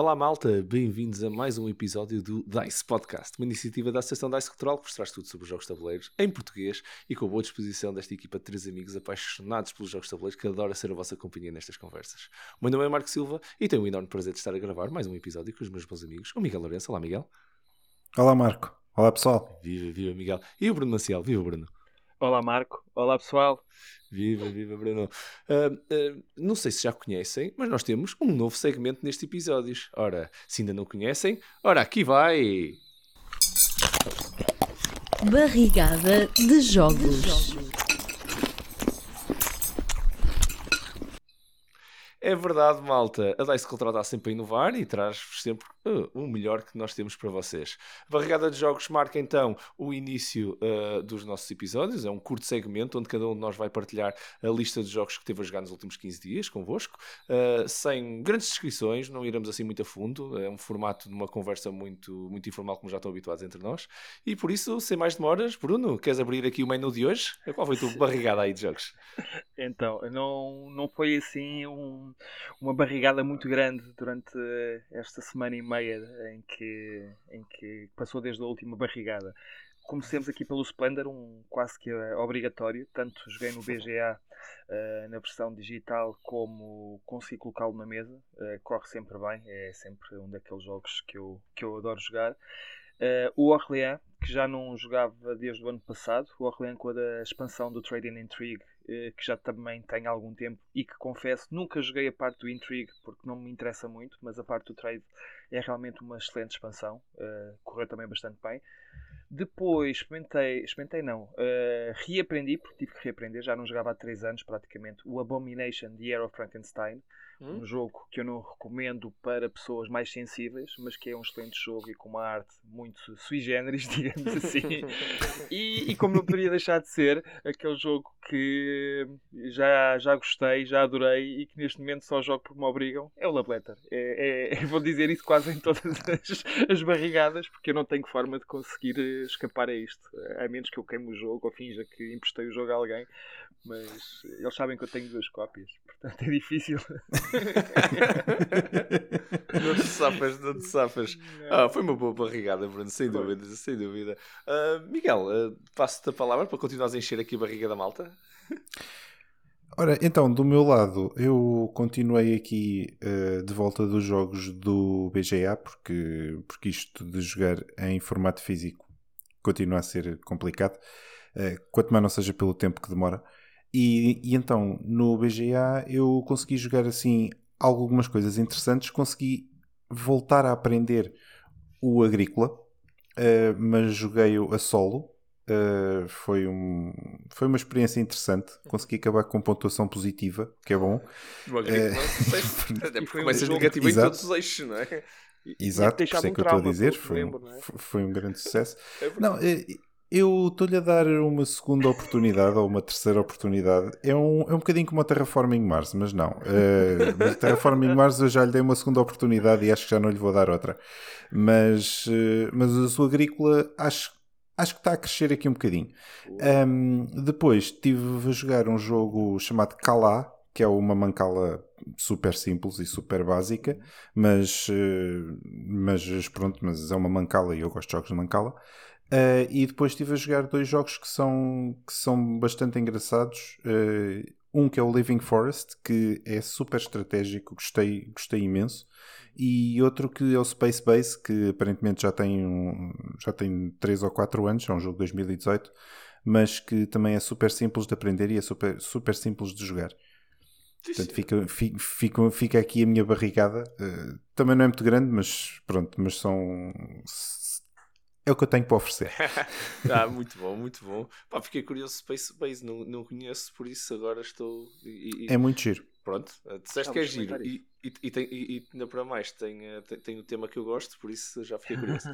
Olá malta, bem-vindos a mais um episódio do DICE Podcast, uma iniciativa da Associação DICE Cultural que vos traz tudo sobre os jogos de tabuleiros em português e com a boa disposição desta equipa de 3 amigos apaixonados pelos jogos de tabuleiros que adora ser a vossa companhia nestas conversas. O meu nome é Marco Silva e tenho o enorme prazer de estar a gravar mais um episódio com os meus bons amigos, o Miguel Lourenço. Olá Miguel. Olá Marco, olá pessoal. Viva Miguel. E o Bruno Maciel. Viva Bruno. Olá Marco, olá pessoal. Viva Bruno. Não sei se já conhecem, mas nós temos um novo segmento nestes episódios. Ora, se ainda não conhecem, ora, aqui vai! Barrigada de jogos. É verdade, malta. A DICE Cultural está sempre a inovar e traz-vos sempre o melhor que nós temos para vocês. A Barrigada de Jogos marca então o início dos nossos episódios. É um curto segmento onde cada um de nós vai partilhar a lista de jogos que teve a jogar nos últimos 15 dias convosco, sem grandes descrições, não iremos assim muito a fundo. É um formato de uma conversa muito informal, como já estão habituados entre nós. E por isso, sem mais demoras, Bruno, queres abrir aqui o menu de hoje? Qual foi a tua barrigada aí de jogos? Então, não foi assim uma barrigada muito grande durante esta semana e meia em que passou desde a última barrigada. Comecemos aqui pelo Splendor, quase que obrigatório. Tanto joguei no BGA na versão digital como consegui colocá-lo na mesa. Corre sempre bem, é sempre um daqueles jogos que eu adoro jogar. O Orléans, que já não jogava desde o ano passado, o Orléans com a expansão do Trade and Intrigue, que já também tem algum tempo e que, confesso, nunca joguei a parte do Intrigue porque não me interessa muito, mas a parte do Trade é realmente uma excelente expansão, correu também bastante bem. Depois reaprendi, porque tive que reaprender, já não jogava há 3 anos praticamente, o Abomination The Year of Frankenstein, um jogo que eu não recomendo para pessoas mais sensíveis, mas que é um excelente jogo e com uma arte muito sui generis, digamos assim. e como não poderia deixar de ser, aquele jogo que já gostei, já adorei e que neste momento só jogo porque me obrigam, é o Love Letter. Vou dizer isso quase em todas as barrigadas, porque eu não tenho forma de conseguir escapar a isto, a menos que eu queime o jogo ou finja que emprestei o jogo a alguém, mas eles sabem que eu tenho 2 cópias, portanto é difícil. Não te safas. Foi uma boa barrigada, Bruno, sem dúvida. Miguel, passo-te a palavra para continuares a encher aqui a barriga da malta. Ora, então, do meu lado, eu continuei aqui de volta dos jogos do BGA, porque isto de jogar em formato físico continua a ser complicado, quanto mais não seja pelo tempo que demora. E então, no BGA, eu consegui jogar assim algumas coisas interessantes, consegui voltar a aprender o Agrícola, mas joguei-o a solo. Foi uma experiência interessante. Consegui acabar com pontuação positiva, que é bom. No Agrícola, até porque vai ser negativo em todos os eixos, não é? Exato, por isso é que eu estou a dizer. Foi um grande sucesso. Não, eu estou-lhe a dar uma segunda oportunidade ou uma terceira oportunidade. É um bocadinho como a Terraforming Mars, mas não. Mas Terraforming Mars eu já lhe dei uma segunda oportunidade e acho que já não lhe vou dar outra. Mas a sua Agrícola acho que está a crescer aqui um bocadinho. Depois estive a jogar um jogo chamado Calá, que é uma mancala super simples e super básica, mas é uma mancala e eu gosto de jogos de mancala. E depois estive a jogar 2 jogos que são bastante engraçados. Um que é o Living Forest, que é super estratégico, gostei imenso. E outro que é o Space Base, que aparentemente já tem 3 ou 4 anos, é um jogo de 2018, mas que também é super simples de aprender e é super, super simples de jogar. Portanto, fica aqui a minha barrigada. Também não é muito grande, mas pronto, é o que eu tenho para oferecer. Muito bom. Pá, fiquei curioso, Space Base, não conheço, por isso agora estou... É muito giro. Pronto, disseste que é giro e ainda para mais tem o tema que eu gosto, por isso já fiquei curioso.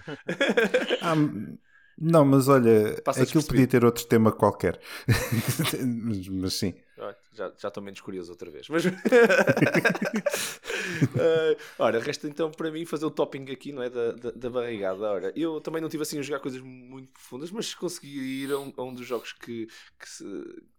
Não, mas olha, aquilo podia ter outro tema qualquer. Mas sim. Já estou menos curioso outra vez. Mas... Ora, resta então para mim fazer o topping aqui, não é? Da barrigada. Ora, eu também não tive assim a jogar coisas muito profundas, mas consegui ir a um dos jogos que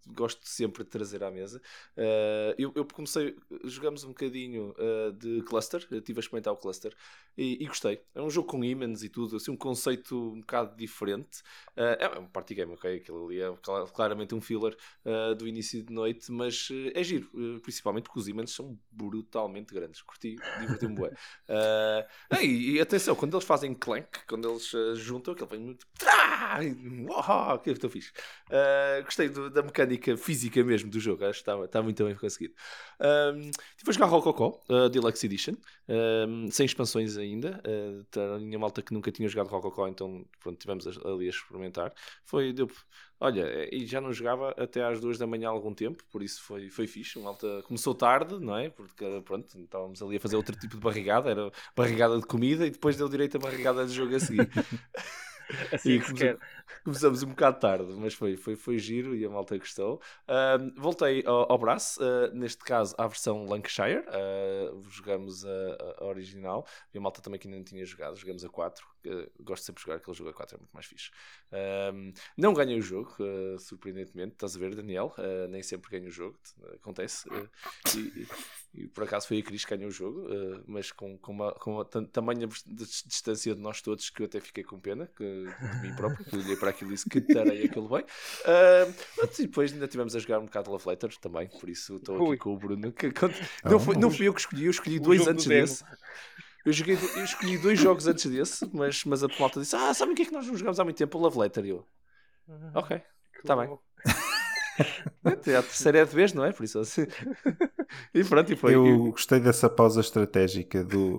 gosto sempre de trazer à mesa. Eu comecei, jogamos um bocadinho de Cluster, eu estive a experimentar o Cluster e gostei. É um jogo com ímãs e tudo, assim, um conceito um bocado diferente. É um party game, ok? Aquilo ali é claramente um filler do início de noite, mas é giro, principalmente porque os ímãs são brutalmente grandes. Curti, diverti-me bué. E atenção, quando eles fazem clank, quando eles juntam, aquele vem muito. Que estou fixe. Gostei da mecânica física mesmo do jogo, acho que está muito bem conseguido. Estive a jogar Rococó, Deluxe Edition, sem expansões ainda. A minha malta que nunca tinha jogado Rococó, então pronto, tivemos ali a experimentar. Olha, e já não jogava até às 2 da manhã há algum tempo, por isso foi fixe. Uma malta começou tarde, não é? Porque pronto, estávamos ali a fazer outro tipo de barrigada, era barrigada de comida e depois deu direito a barrigada de jogo a seguir. Assim E que se quer. começamos um bocado tarde, mas foi giro e a malta gostou. Voltei ao braço, neste caso à versão Lancashire. Jogamos a original e a malta também que ainda não tinha jogado. Jogamos a 4. Gosto sempre de jogar aquele jogo a 4, é muito mais fixe. Não ganhei o jogo, surpreendentemente. Estás a ver, Daniel? Nem sempre ganho o jogo, acontece. E por acaso foi a Cris que ganhou o jogo, mas com uma tamanha distância de nós todos que eu até fiquei com pena de mim próprio, que olhei para aquilo e disse que tareia aquilo bem. E depois ainda tivemos a jogar um bocado Love Letter também, por isso estou aqui com o Bruno. Não fui eu que escolhi, eu escolhi 2 antes desse. Eu escolhi 2 jogos antes desse, mas a malta disse: sabem o que é que nós não jogamos há muito tempo? O Love Letter. E eu, ok, está bem. A terceira é a de vez, não é? Por isso assim. E pronto, e foi. Eu gostei dessa pausa estratégica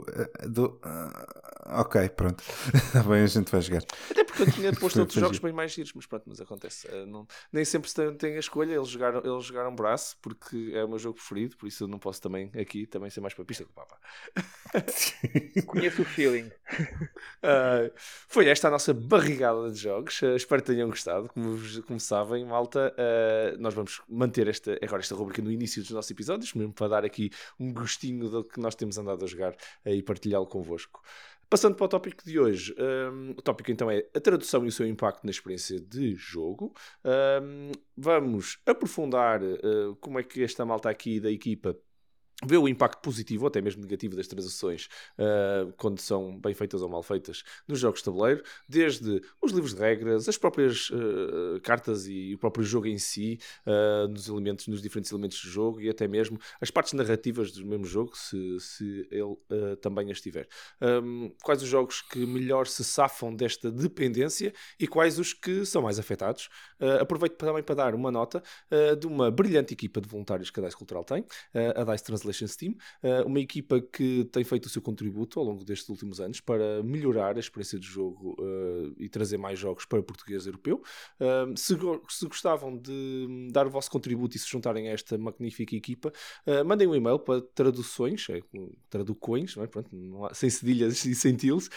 ok, pronto. Está bem, a gente vai jogar. Até porque eu tinha posto outros jogos bem mais giros, mas pronto, mas acontece. Nem sempre se tem a escolha. Eles jogaram braço porque é o meu jogo preferido, por isso eu não posso também aqui ser mais papista que o Papa. Conheço o feeling. Foi esta a nossa barrigada de jogos. Espero que tenham gostado. Como sabem, malta, nós vamos manter esta rubrica no início dos nossos episódios, mesmo para dar aqui um gostinho do que nós temos andado a jogar e partilhá-lo convosco. Passando para o tópico de hoje, o tópico então é a tradução e o seu impacto na experiência de jogo. Vamos aprofundar como é que esta malta aqui da equipa vê o impacto positivo ou até mesmo negativo das traduções quando são bem feitas ou mal feitas nos jogos de tabuleiro, desde os livros de regras, as próprias cartas e o próprio jogo em si, nos diferentes elementos do jogo e até mesmo as partes narrativas do mesmo jogo, se ele também as tiver. Quais os jogos que melhor se safam desta dependência e quais os que são mais afetados. Aproveito também para dar uma nota de uma brilhante equipa de voluntários que a DICE Cultural tem, a DICE Translation Team, uma equipa que tem feito o seu contributo ao longo destes últimos anos para melhorar a experiência de jogo e trazer mais jogos para o português europeu. Se gostavam de dar o vosso contributo e se juntarem a esta magnífica equipa, mandem um e-mail para traducões, não é? Pronto, sem cedilhas e sem tildes,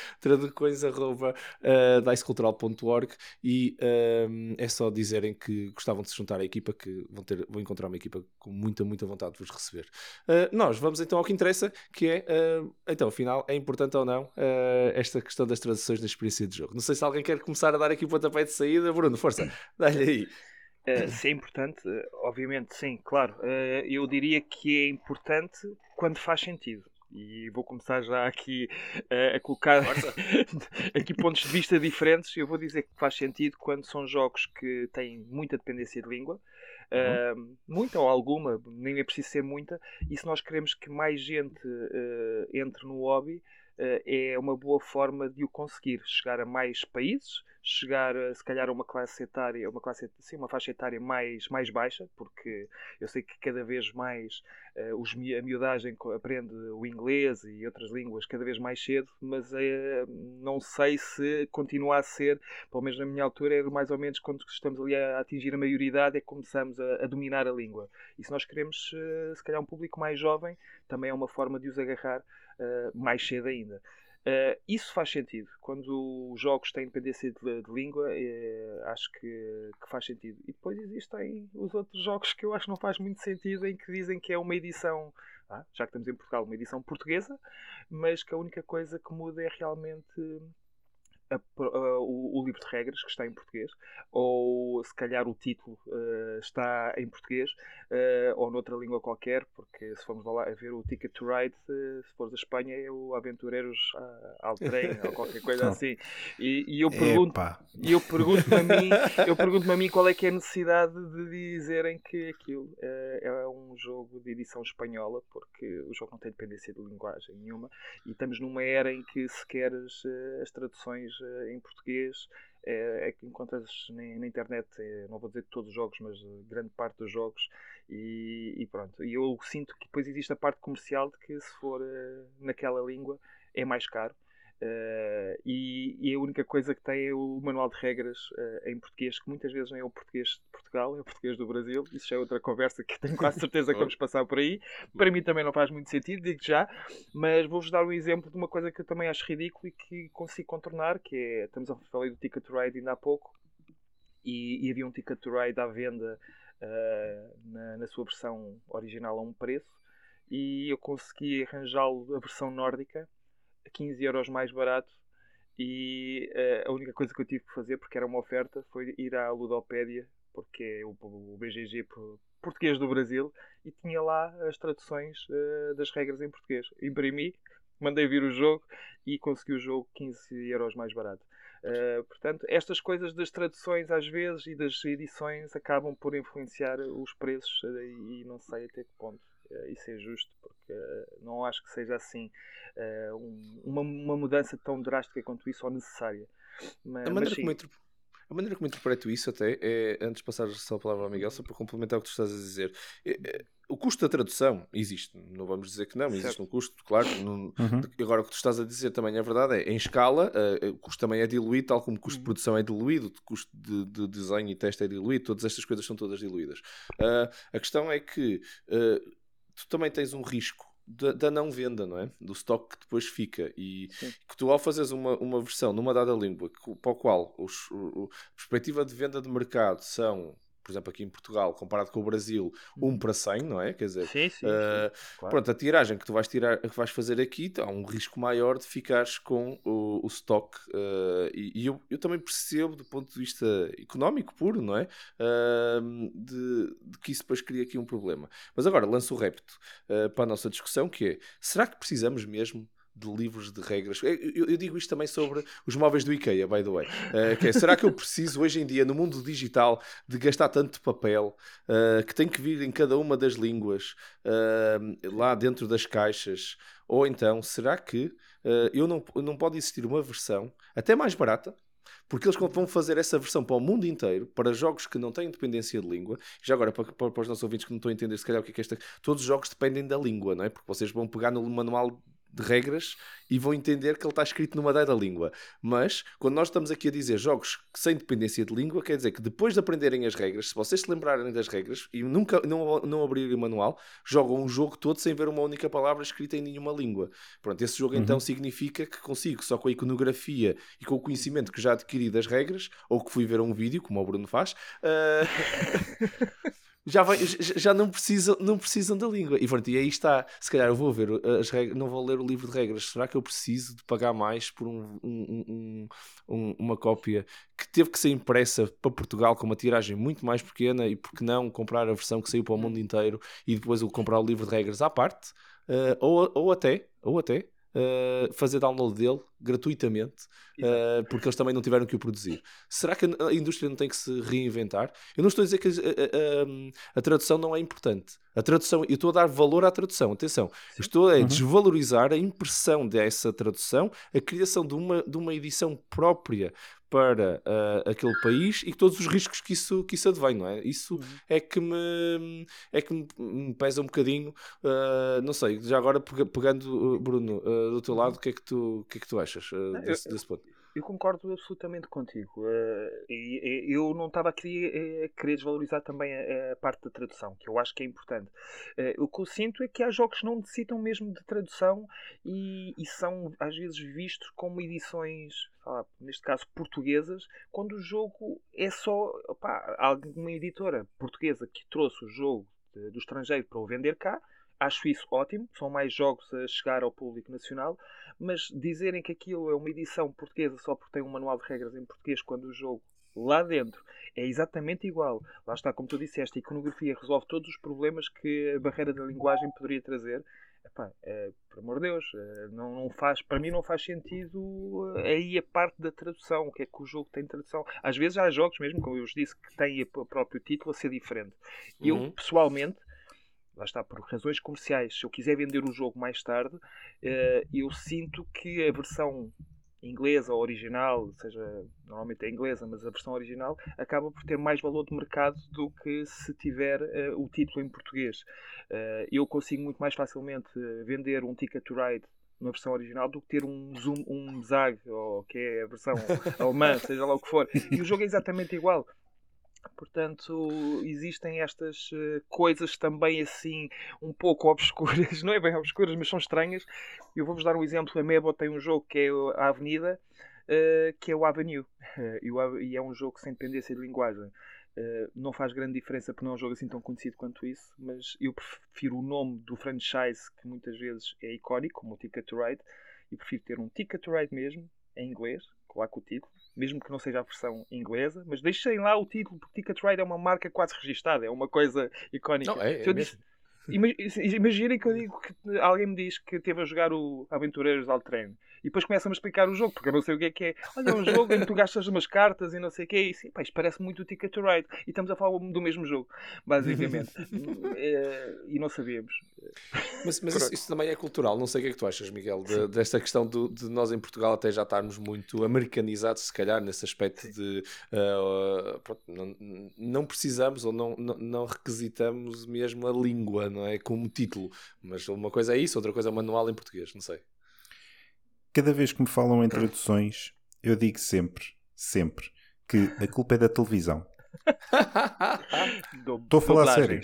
traducões@dicecultural.org e é só dizerem que gostavam de se juntar à equipa, que vão encontrar uma equipa com muita vontade de vos receber. Nós vamos então ao que interessa, que é, então, afinal, é importante ou não esta questão das traduções na experiência de jogo. Não sei se alguém quer começar a dar aqui o pontapé de saída. Bruno, força, dá-lhe aí. Se é importante, obviamente sim, claro. Eu diria que é importante quando faz sentido. E vou começar já aqui a colocar aqui pontos de vista diferentes. Eu vou dizer que faz sentido quando são jogos que têm muita dependência de língua. Muita ou alguma, nem é preciso ser muita, e se nós queremos que mais gente entre no hobby, é uma boa forma de o conseguir, chegar a mais países, chegar se calhar a uma classe etária, uma faixa etária mais baixa, porque eu sei que cada vez mais a miudagem aprende o inglês e outras línguas cada vez mais cedo, mas não sei se continua a ser, pelo menos na minha altura, é mais ou menos quando estamos ali a atingir a maioridade é que começamos a dominar a língua. E se nós queremos, se calhar, um público mais jovem, também é uma forma de os agarrar mais cedo ainda. Isso faz sentido. Quando os jogos têm dependência de língua, acho que faz sentido. E depois existem os outros jogos que eu acho que não faz muito sentido, em que dizem que é uma edição, já que estamos em Portugal, uma edição portuguesa, mas que a única coisa que muda é realmente o livro de regras, que está em português, ou se calhar o título está em português, ou noutra língua qualquer, porque se formos lá a ver o Ticket to Ride, se fores a Espanha é o Aventureiros ao Trem, ou qualquer coisa assim. E eu pergunto-me a mim qual é que é a necessidade de dizerem que aquilo é um jogo de edição espanhola, porque o jogo não tem dependência de linguagem nenhuma, e estamos numa era em que se queres as traduções em português é que encontras na internet, não vou dizer todos os jogos, mas grande parte dos jogos, e pronto. E eu sinto que depois existe a parte comercial de que se for naquela língua é mais caro. E a única coisa que tem é o manual de regras em português, que muitas vezes não é o português de Portugal, é o português do Brasil. Isso já é outra conversa que tenho quase certeza que vamos passar por aí. Para mim também não faz muito sentido, digo já, mas vou-vos dar um exemplo de uma coisa que eu também acho ridículo e que consigo contornar, que é, estamos a falar do Ticket to Ride ainda há pouco, e havia um Ticket to Ride à venda na sua versão original a um preço, e eu consegui arranjá-lo a versão nórdica a 15€ mais barato, e a única coisa que eu tive que fazer, porque era uma oferta, foi ir à Ludopédia, porque é o BGG português do Brasil, e tinha lá as traduções das regras em português. Imprimi, mandei vir o jogo e consegui o jogo 15€ mais barato. Portanto, estas coisas das traduções às vezes e das edições acabam por influenciar os preços, e não sei até que ponto isso é justo, porque não acho que seja assim uma mudança tão drástica quanto isso, ou necessária. A maneira como eu interpreto isso até é, antes de passar só a palavra ao Miguel, só para complementar o que tu estás a dizer, o custo da tradução existe, não vamos dizer que não, existe um custo, claro. Agora o que tu estás a dizer também é verdade, é em escala, o custo também é diluído, tal como o custo de produção é diluído, o custo de desenho e teste é diluído, todas estas coisas são todas diluídas. A questão é que tu também tens um risco da não venda, não é? Do stock que depois fica, e que tu, ao fazeres uma versão numa dada língua para o qual a perspectiva de venda de mercado são, por exemplo, aqui em Portugal, comparado com o Brasil, 1/100, não é? Quer dizer, claro. Pronto, a tiragem que tu vais fazer aqui, há um risco maior de ficares com o stock, e eu também percebo, do ponto de vista económico puro, não é? De que isso depois cria aqui um problema. Mas agora lanço o repto para a nossa discussão, que é, será que precisamos mesmo de livros de regras? Eu digo isto também sobre os móveis do IKEA, by the way. Será que eu preciso hoje em dia, no mundo digital, de gastar tanto papel que tem que vir em cada uma das línguas, lá dentro das caixas? Ou então, será que não pode existir uma versão até mais barata? Porque eles vão fazer essa versão para o mundo inteiro, para jogos que não têm dependência de língua. Já agora, para os nossos ouvintes que não estão a entender, se calhar, o que é esta... Todos os jogos dependem da língua, não é? Porque vocês vão pegar no manual de regras e vão entender que ele está escrito numa dada língua. Mas, quando nós estamos aqui a dizer jogos sem dependência de língua, quer dizer que depois de aprenderem as regras, se vocês se lembrarem das regras e nunca não abrirem o manual, jogam um jogo todo sem ver uma única palavra escrita em nenhuma língua. Pronto, esse jogo então significa que consigo, só com a iconografia e com o conhecimento que já adquiri das regras, ou que fui ver um vídeo, como o Bruno faz, já não precisam da língua. E pronto, e aí está. Se calhar eu vou ver as regras, não vou ler o livro de regras. Será que eu preciso de pagar mais por uma cópia que teve que ser impressa para Portugal com uma tiragem muito mais pequena, e por que não comprar a versão que saiu para o mundo inteiro e depois eu comprar o livro de regras à parte? Ou até fazer download dele gratuitamente, porque eles também não tiveram que o produzir. Será que a indústria não tem que se reinventar? Eu não estou a dizer que a tradução não é importante. A tradução, eu estou a dar valor à tradução, atenção. Eu estou a desvalorizar a impressão dessa tradução, a criação de uma edição própria para aquele país e todos os riscos que isso advém, não é? Isso é que me pesa um bocadinho. Não sei, já agora pegando, Bruno, do teu lado, o que é que tu achas desse ponto? Eu concordo absolutamente contigo. E eu não estava aqui a querer desvalorizar também a parte da tradução, que eu acho que é importante. O que eu sinto é que há jogos que não necessitam mesmo de tradução e são às vezes vistos como edições, neste caso portuguesas, quando o jogo é só alguma editora portuguesa que trouxe o jogo do estrangeiro para o vender cá. acho isso ótimo, são mais jogos a chegar ao público nacional, mas dizerem que aquilo é uma edição portuguesa só porque tem um manual de regras em português, quando o jogo lá dentro é exatamente igual. Lá está, como tu disseste, a iconografia resolve todos os problemas que a barreira da linguagem poderia trazer. Epá, por amor de Deus, não faz, para mim não faz sentido aí a parte da tradução. O que é que o jogo tem tradução? Às vezes há jogos, mesmo como eu vos disse, que têm o próprio título a ser diferente. Eu, pessoalmente, lá está, por razões comerciais, se eu quiser vender o jogo mais tarde, eu sinto que a versão inglesa ou original, seja, normalmente é inglesa, mas a versão original acaba por ter mais valor de mercado do que se tiver o título em português. Eu consigo muito mais facilmente vender um Ticket to Ride na versão original do que ter um Zag, ou que é a versão alemã, seja lá o que for. E o jogo é exatamente igual. Portanto, existem estas coisas também assim um pouco obscuras, não é bem obscuras, mas são estranhas. Eu vou-vos dar um exemplo. A Mebo tem um jogo que é a Avenida, que é o Avenue, e é um jogo sem dependência de linguagem. Não faz grande diferença porque não é um jogo assim tão conhecido quanto isso, mas eu prefiro o nome do franchise, que muitas vezes é icónico, como o Ticket to Ride, e prefiro ter um Ticket to Ride mesmo, em inglês, coloco o título, mesmo que não seja a versão inglesa, mas deixem lá o título, porque Ticket Ride é uma marca quase registada, é uma coisa icónica. Não, é mesmo. Imaginem que eu digo que alguém me diz que esteve a jogar o Aventureiros de Altrene e depois começa-me a explicar o jogo, porque eu não sei o que é que é. Olha, é um jogo em que tu gastas umas cartas e não sei o que é. E sim, pá, isto parece muito o Ticket to Ride. E estamos a falar do mesmo jogo, basicamente. E não sabíamos. Mas isso também é cultural. Não sei o que é que tu achas, Miguel, desta questão de nós em Portugal até já estarmos muito americanizados, se calhar, nesse aspecto de pronto, não precisamos ou não requisitamos mesmo a língua, não é? Como título. Mas uma coisa é isso, outra coisa é o manual em português, não sei. Cada vez que me falam em traduções, eu digo sempre, que a culpa é da televisão. Estou a falar a sério.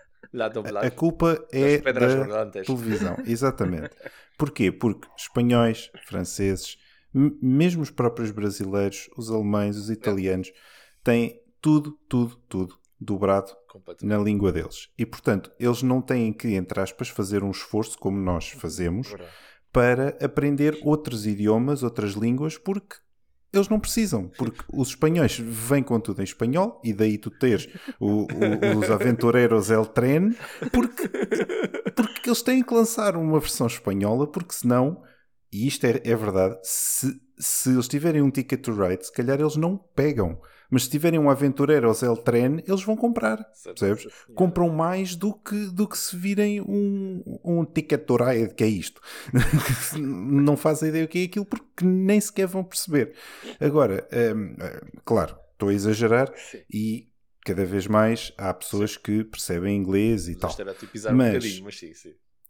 A culpa é da televisão, exatamente. Porquê? Porque espanhóis, franceses, mesmo os próprios brasileiros, os alemães, os italianos, têm tudo dobrado na língua deles. E, portanto, eles não têm que, entre aspas, fazer um esforço, como nós fazemos, para aprender outros idiomas, outras línguas, porque eles não precisam, porque os espanhóis vêm com tudo em espanhol, e daí tu teres os Aventureiros del Tren, porque eles têm que lançar uma versão espanhola, porque senão, e isto é verdade, se eles tiverem um Ticket to Ride, se calhar eles não pegam. Mas se tiverem um Aventureiros del Tren, eles vão comprar, percebes? Compram mais do que se virem um Ticket to Ride, que é isto. Não fazem ideia o que é aquilo, porque nem sequer vão perceber. Agora, claro, estou a exagerar e cada vez mais há pessoas que percebem inglês e tal. Estereotipizar um bocadinho, mas sim.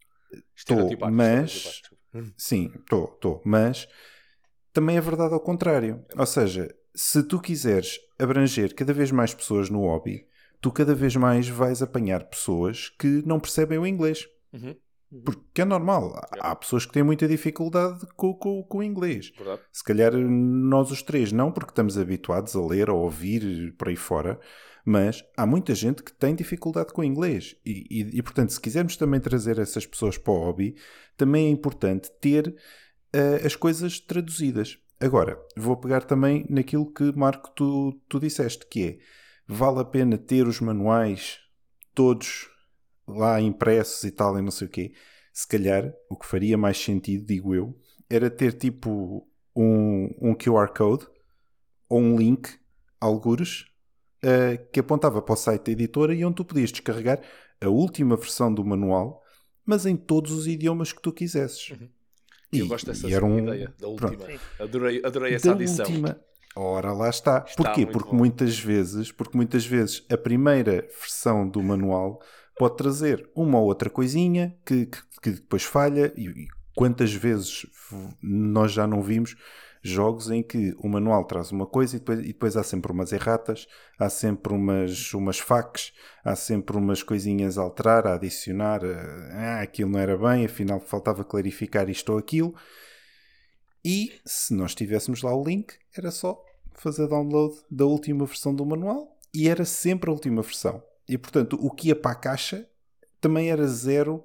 Estou, mas também é verdade ao contrário. Ou seja, se tu quiseres abranger cada vez mais pessoas no hobby, tu cada vez mais vais apanhar pessoas que não percebem o inglês. Porque é normal. Há pessoas que têm muita dificuldade com o inglês. Verdade. Se calhar nós os três não, porque estamos habituados a ler, a ouvir por aí fora. Mas há muita gente que tem dificuldade com o inglês. E portanto, se quisermos também trazer essas pessoas para o hobby, também é importante ter as coisas traduzidas. Agora, vou pegar também naquilo que, Marco, tu disseste, que é, vale a pena ter os manuais todos lá impressos e tal, e não sei o quê. Se calhar, o que faria mais sentido, digo eu, era ter tipo um QR Code ou um link, algures, que apontava para o site da editora e onde tu podias descarregar a última versão do manual, mas em todos os idiomas que tu quisesses. Eu gosto dessa ideia, da última. Adorei essa adição. Ora, lá está. Porquê? Porque muitas vezes a primeira versão do manual pode trazer uma ou outra coisinha que depois falha. E quantas vezes nós já não vimos jogos em que o manual traz uma coisa e depois há sempre umas erratas, há sempre umas facs, há sempre umas coisinhas a alterar, a adicionar, aquilo não era bem, afinal faltava clarificar isto ou aquilo. E se nós tivéssemos lá o link, era só fazer download da última versão do manual e era sempre a última versão. E portanto, o que ia para a caixa também era zero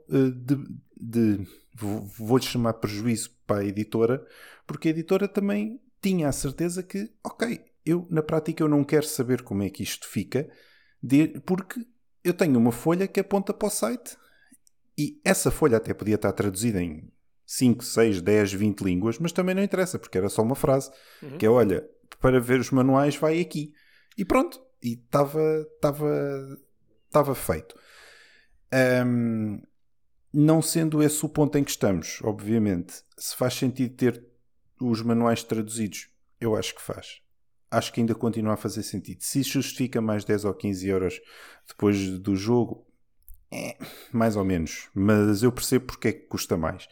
vou-lhe chamar prejuízo para a editora, porque a editora também tinha a certeza que, ok, na prática eu não quero saber como é que isto fica, porque eu tenho uma folha que aponta para o site e essa folha até podia estar traduzida em 5, 6, 10, 20 línguas, mas também não interessa, porque era só uma frase, que é, olha, para ver os manuais vai aqui. E pronto, e estava feito. Não sendo esse o ponto em que estamos, obviamente, se faz sentido ter os manuais traduzidos, eu acho que faz. Acho que ainda continua a fazer sentido. Se justifica mais 10 ou 15 euros depois do jogo, mais ou menos. Mas eu percebo porque é que custa mais.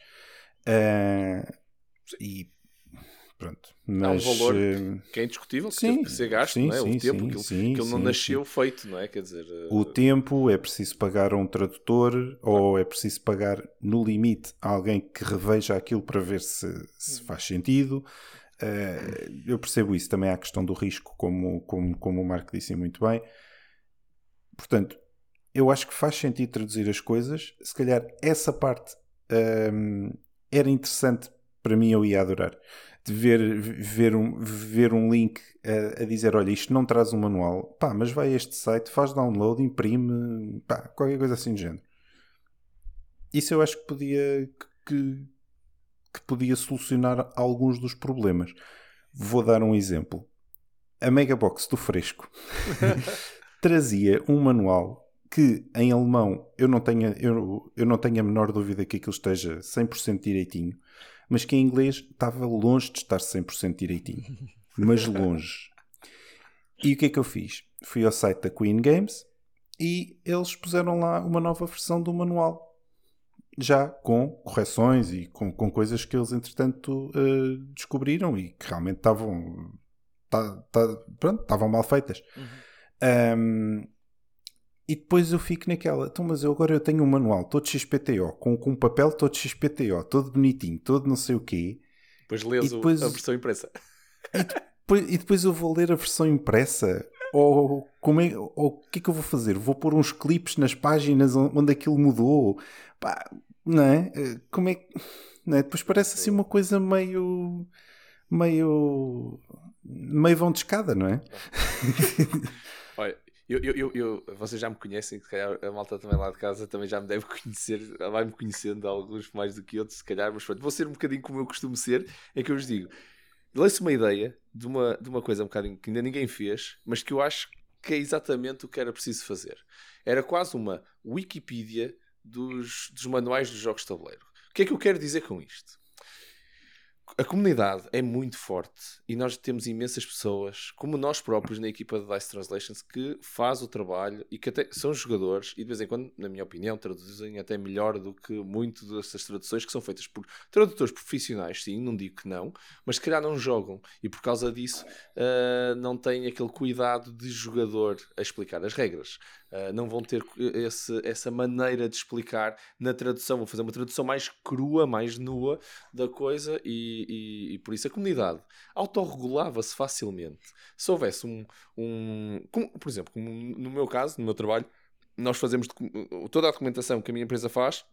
E pronto. Mas, há um valor que é indiscutível, que teve que ser gasto, não é? O tempo, aquilo não nasceu feito, não é? Quer dizer, o tempo, é preciso pagar a um tradutor, ou é preciso pagar, no limite, a alguém que reveja aquilo para ver se faz sentido. Eu percebo isso. Também há a questão do risco, como o Marco disse muito bem. Portanto, eu acho que faz sentido traduzir as coisas. Se calhar essa parte era interessante para mim, eu ia adorar. De ver um link a dizer, olha, isto não traz um manual, pá, mas vai a este site, faz download, imprime, pá, qualquer coisa assim do género. Isso eu acho que podia solucionar alguns dos problemas. Vou dar um exemplo. A Megabox do Fresco trazia um manual que em alemão eu não tenho a menor dúvida que aquilo esteja 100% direitinho, mas que em inglês estava longe de estar 100% direitinho. Mas longe. E o que é que eu fiz? Fui ao site da Queen Games e eles puseram lá uma nova versão do manual. Já com correções e com coisas que eles entretanto descobriram e que realmente estavam mal feitas. E depois eu fico naquela, então, mas eu tenho um manual todo XPTO, com um papel todo XPTO, todo bonitinho, todo não sei o quê. Depois lês a versão impressa. E depois eu vou ler a versão impressa. Ou o que é que eu vou fazer? Vou pôr uns clipes nas páginas onde aquilo mudou. Pá, não é? Como é que... Não é? Depois parece assim uma coisa meio vão de escada, não é? Olha, vocês já me conhecem, se calhar a malta também lá de casa também já me deve conhecer, vai-me conhecendo alguns mais do que outros, se calhar, mas pronto, vou ser um bocadinho como eu costumo ser, é que eu vos digo, leio-se uma ideia de uma coisa um bocadinho que ainda ninguém fez, mas que eu acho que é exatamente o que era preciso fazer. Era quase uma Wikipedia dos manuais dos jogos de tabuleiro. O que é que eu quero dizer com isto? A comunidade é muito forte e nós temos imensas pessoas, como nós próprios na equipa de Dice Translations, que faz o trabalho e que até são jogadores e de vez em quando, na minha opinião, traduzem até melhor do que muito dessas traduções que são feitas por tradutores profissionais, sim, não digo que não, mas se calhar não jogam e por causa disso não têm aquele cuidado de jogador a explicar as regras. Não vão ter essa maneira de explicar na tradução. Vou fazer uma tradução mais crua, mais nua da coisa e por isso a comunidade autorregulava-se facilmente. Se houvesse por exemplo, como no meu caso, no meu trabalho, nós fazemos toda a documentação que a minha empresa faz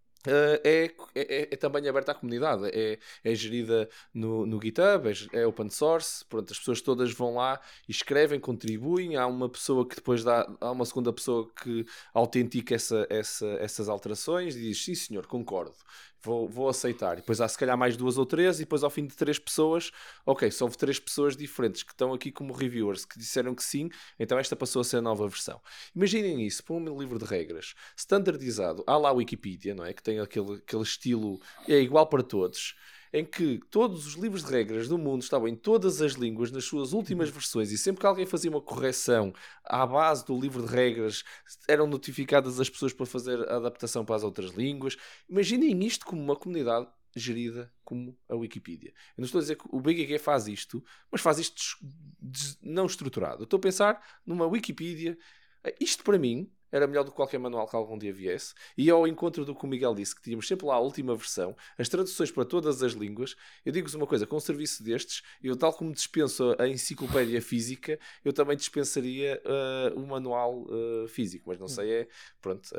é também aberta à comunidade, é gerida no GitHub, é open source, pronto, as pessoas todas vão lá e escrevem, contribuem, há uma pessoa que depois há uma segunda pessoa que autentica essas alterações e diz, sim senhor, concordo, vou aceitar, e depois há se calhar mais 2 ou 3 e depois ao fim de 3 pessoas, ok, só houve 3 pessoas diferentes que estão aqui como reviewers, que disseram que sim, então esta passou a ser a nova versão. Imaginem isso, para um livro de regras standardizado, há lá a Wikipedia, não é? Que tem aquele estilo, é igual para todos, em que todos os livros de regras do mundo estavam em todas as línguas, nas suas últimas versões, e sempre que alguém fazia uma correção à base do livro de regras, eram notificadas as pessoas para fazer a adaptação para as outras línguas. Imaginem isto como uma comunidade gerida como a Wikipedia. Eu não estou a dizer que o BGG faz isto, mas faz isto não estruturado. Eu estou a pensar numa Wikipedia. Isto para mim era melhor do que qualquer manual que algum dia viesse. E ao encontro do que o Miguel disse, que tínhamos sempre lá a última versão, as traduções para todas as línguas, eu digo-vos uma coisa, com um serviço destes, eu tal como dispenso a enciclopédia física, eu também dispensaria o manual físico, mas não sei, pronto,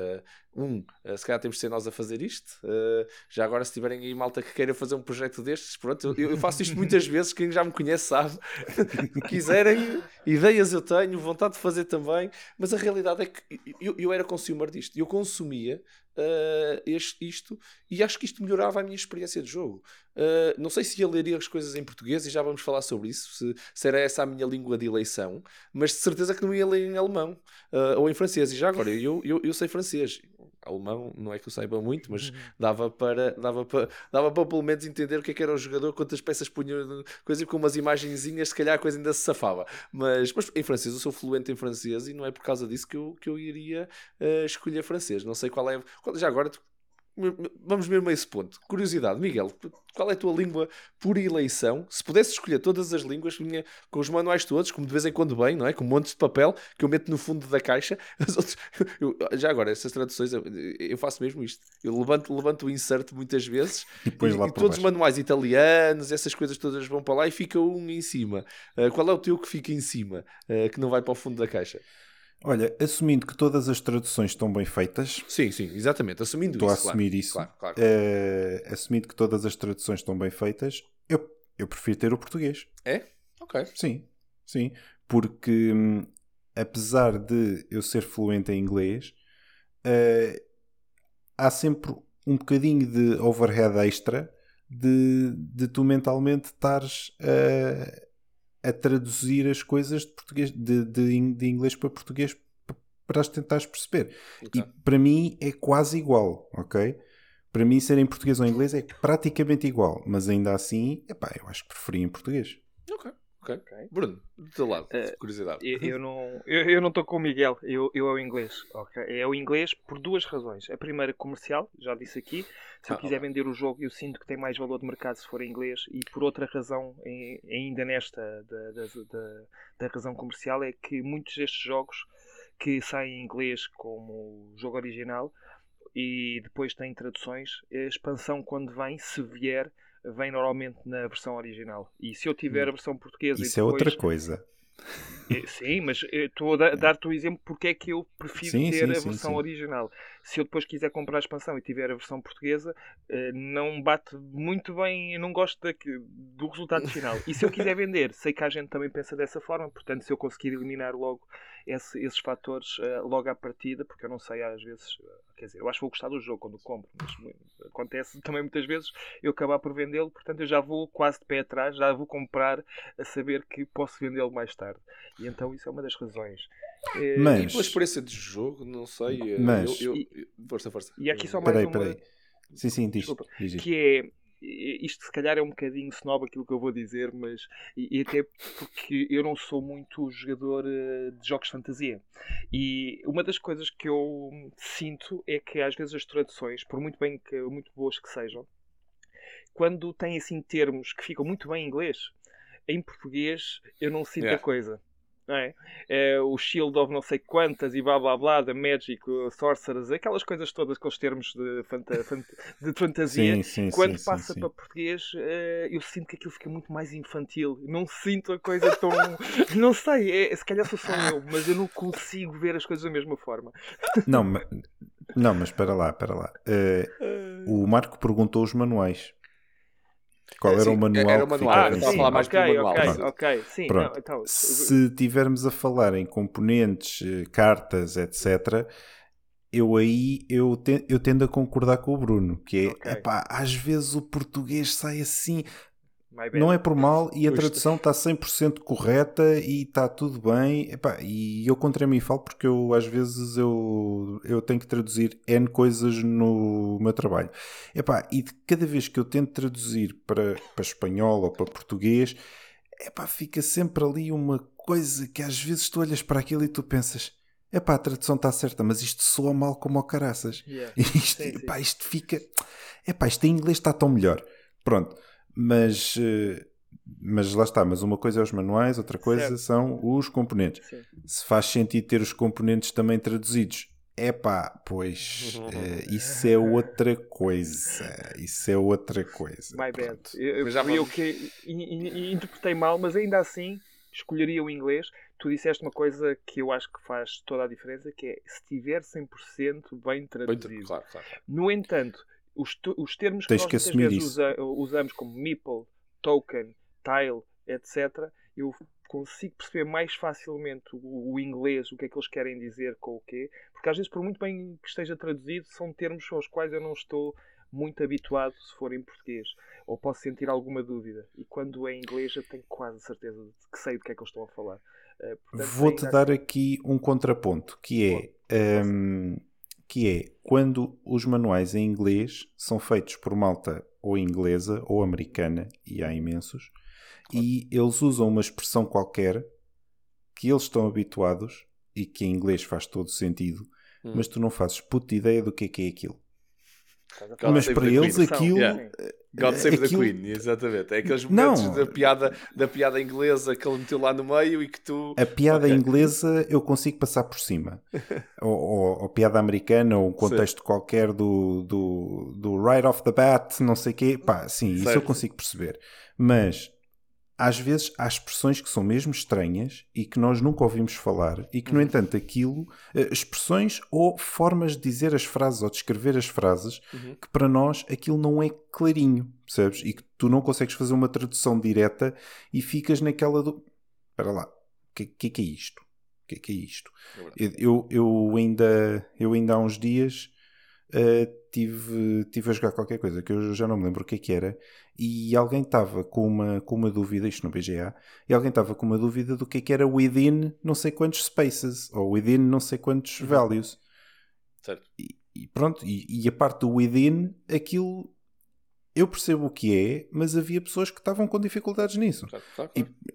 Se calhar temos de ser nós a fazer isto. Já agora, se tiverem aí malta que queira fazer um projeto destes, pronto, eu faço isto muitas vezes, quem já me conhece sabe. Quiserem, ideias eu tenho, vontade de fazer também, mas a realidade é que eu era consumer disto, eu consumia isto, e acho que isto melhorava a minha experiência de jogo. Não sei se ia ler as coisas em português, e já vamos falar sobre isso, se era essa a minha língua de eleição, mas de certeza que não ia ler em alemão ou em francês. E já agora, eu sei francês. Alemão não é que eu saiba muito, mas dava para pelo menos entender o que é que era o jogador, quantas peças punha, coisa com umas imagenzinhas, se calhar a coisa ainda se safava. Mas em francês, eu sou fluente em francês, e não é por causa disso que eu iria escolher francês. Não sei qual é. Já agora, vamos mesmo a esse ponto. Curiosidade, Miguel, qual é a tua língua por eleição? Se pudesse escolher todas as línguas, vinha com os manuais todos, como de vez em quando bem, não é? Com montes de papel que eu meto no fundo da caixa. As outras, já agora, essas traduções, eu faço mesmo isto. Eu levanto o insert muitas vezes e todos os manuais italianos, essas coisas todas vão para lá e fica um em cima. Qual é o teu que fica em cima, que não vai para o fundo da caixa? Olha, assumindo que todas as traduções estão bem feitas... Sim, exatamente. Assumindo Estou isso, a assumir isso. Claro. Assumindo que todas as traduções estão bem feitas, eu prefiro ter o português. É? Ok. Sim. Porque, apesar de eu ser fluente em inglês, há sempre um bocadinho de overhead extra de tu mentalmente estares a traduzir as coisas de português, de inglês para português, para as tentares perceber. Okay. E para mim é quase igual, ok? Para mim ser em português ou em inglês é praticamente igual, mas ainda assim, eu acho que preferia em português. Ok. Bruno, do teu lado, curiosidade. Eu não estou com o Miguel, eu é o inglês. Okay? É o inglês por duas razões. A primeira, comercial, já disse aqui. Se eu quiser vender o jogo, eu sinto que tem mais valor de mercado se for em inglês. E por outra razão, ainda nesta da razão comercial, é que muitos destes jogos que saem em inglês como jogo original e depois têm traduções, a expansão quando vem, se vier, vem normalmente na versão original. E se eu tiver a versão portuguesa... Isso e depois... é outra coisa. Sim, mas estou a dar-te o exemplo porque é que eu prefiro ter a versão original. Se eu depois quiser comprar a expansão e tiver a versão portuguesa, não bate muito bem, eu não gosto do resultado final. E se eu quiser vender, sei que a gente também pensa dessa forma, portanto, se eu conseguir eliminar logo esses fatores logo à partida, porque eu não sei às vezes... Quer dizer, eu acho que vou gostar do jogo quando compro, mas acontece também muitas vezes eu acabar por vendê-lo, portanto eu já vou quase de pé atrás, já vou comprar a saber que posso vendê-lo mais tarde. E então isso é uma das razões. Mas... E pela experiência de jogo, não sei... Mas... Força. E aqui só mais uma... Peraí. Sim, diz. Desculpa. Diz. Que é... Isto se calhar é um bocadinho snob aquilo que eu vou dizer, mas e até porque eu não sou muito jogador de jogos de fantasia. E uma das coisas que eu sinto é que às vezes as traduções, por muito boas que sejam, quando têm assim termos que ficam muito bem em inglês, em português eu não sinto a coisa. Não é? O Shield of não sei quantas e blá blá blá, da Magic, Sorcerers, aquelas coisas todas, aqueles termos de fantasia. Sim, quando passa para português, eu sinto que aquilo fica muito mais infantil. Não sinto a coisa tão... não sei, se calhar sou só eu, mas eu não consigo ver as coisas da mesma forma. Não, mas espera lá. O Marco perguntou os manuais. Qual era o manual? Era o manual, eu estava a falar mais do manual. Ok. Sim, não, então, se estivermos a falar em componentes, cartas, etc., eu tendo a concordar com o Bruno, que é, às vezes o português sai assim... Não é por mal e a tradução está 100% correta e está tudo bem. E eu contra mim falo porque às vezes eu tenho que traduzir N coisas no meu trabalho. E de cada vez que eu tento traduzir para espanhol ou para português, fica sempre ali uma coisa que às vezes tu olhas para aquilo e tu pensas... a tradução está certa, mas isto soa mal como ao caraças. Yeah. Isto fica... isto em inglês está tão melhor. Pronto. Mas lá está, mas uma coisa é os manuais, outra coisa são os componentes. Sim. Se faz sentido ter os componentes também traduzidos, pois isso é outra coisa. My bad. Eu que interpretei mal, mas ainda assim escolheria o inglês. tu disseste uma coisa que eu acho que faz toda a diferença, que é se estiver 100% bem traduzido. Claro. No entanto, os termos que Tens nós que muitas assumir vezes isso. usamos como meeple, token, tile, etc., eu consigo perceber mais facilmente o inglês, o que é que eles querem dizer com o quê, porque às vezes, por muito bem que esteja traduzido, são termos aos quais eu não estou muito habituado se for em português, ou posso sentir alguma dúvida, e quando é em inglês eu tenho quase certeza de que sei do que é que eles estão a falar. Portanto, Vou-te ainda dar assim, aqui um contraponto, que é quando os manuais em inglês são feitos por malta ou inglesa ou americana, e há imensos, e eles usam uma expressão qualquer que eles estão habituados e que em inglês faz todo sentido, mas tu não fazes puta ideia do que é aquilo. estás a falar Mas Save para the eles Queen. aquilo... Yeah. God Save the aquilo- Queen, exatamente. É aqueles momentos Não. da piada inglesa que ele meteu lá no meio e que tu... A piada Ok. inglesa eu consigo passar por cima. ou piada americana, ou um contexto qualquer do right off the bat, não sei o quê. Pá, sim, isso eu Certo. consigo perceber. Mas, às vezes, há expressões que são mesmo estranhas e que nós nunca ouvimos falar e que, no entanto, aquilo... expressões ou formas de dizer as frases ou de escrever as frases que, para nós, aquilo não é clarinho, percebes? E que tu não consegues fazer uma tradução direta e ficas naquela do... Espera lá. O que é isto? O que é isto? Eu ainda há uns dias tive a jogar qualquer coisa que eu já não me lembro o que era, e alguém estava com uma dúvida, isto no BGA, e alguém estava com uma dúvida do que era within não sei quantos spaces, ou within não sei quantos values. Certo. E pronto, e a parte do within, aquilo eu percebo o que é, mas havia pessoas que estavam com dificuldades nisso. Claro.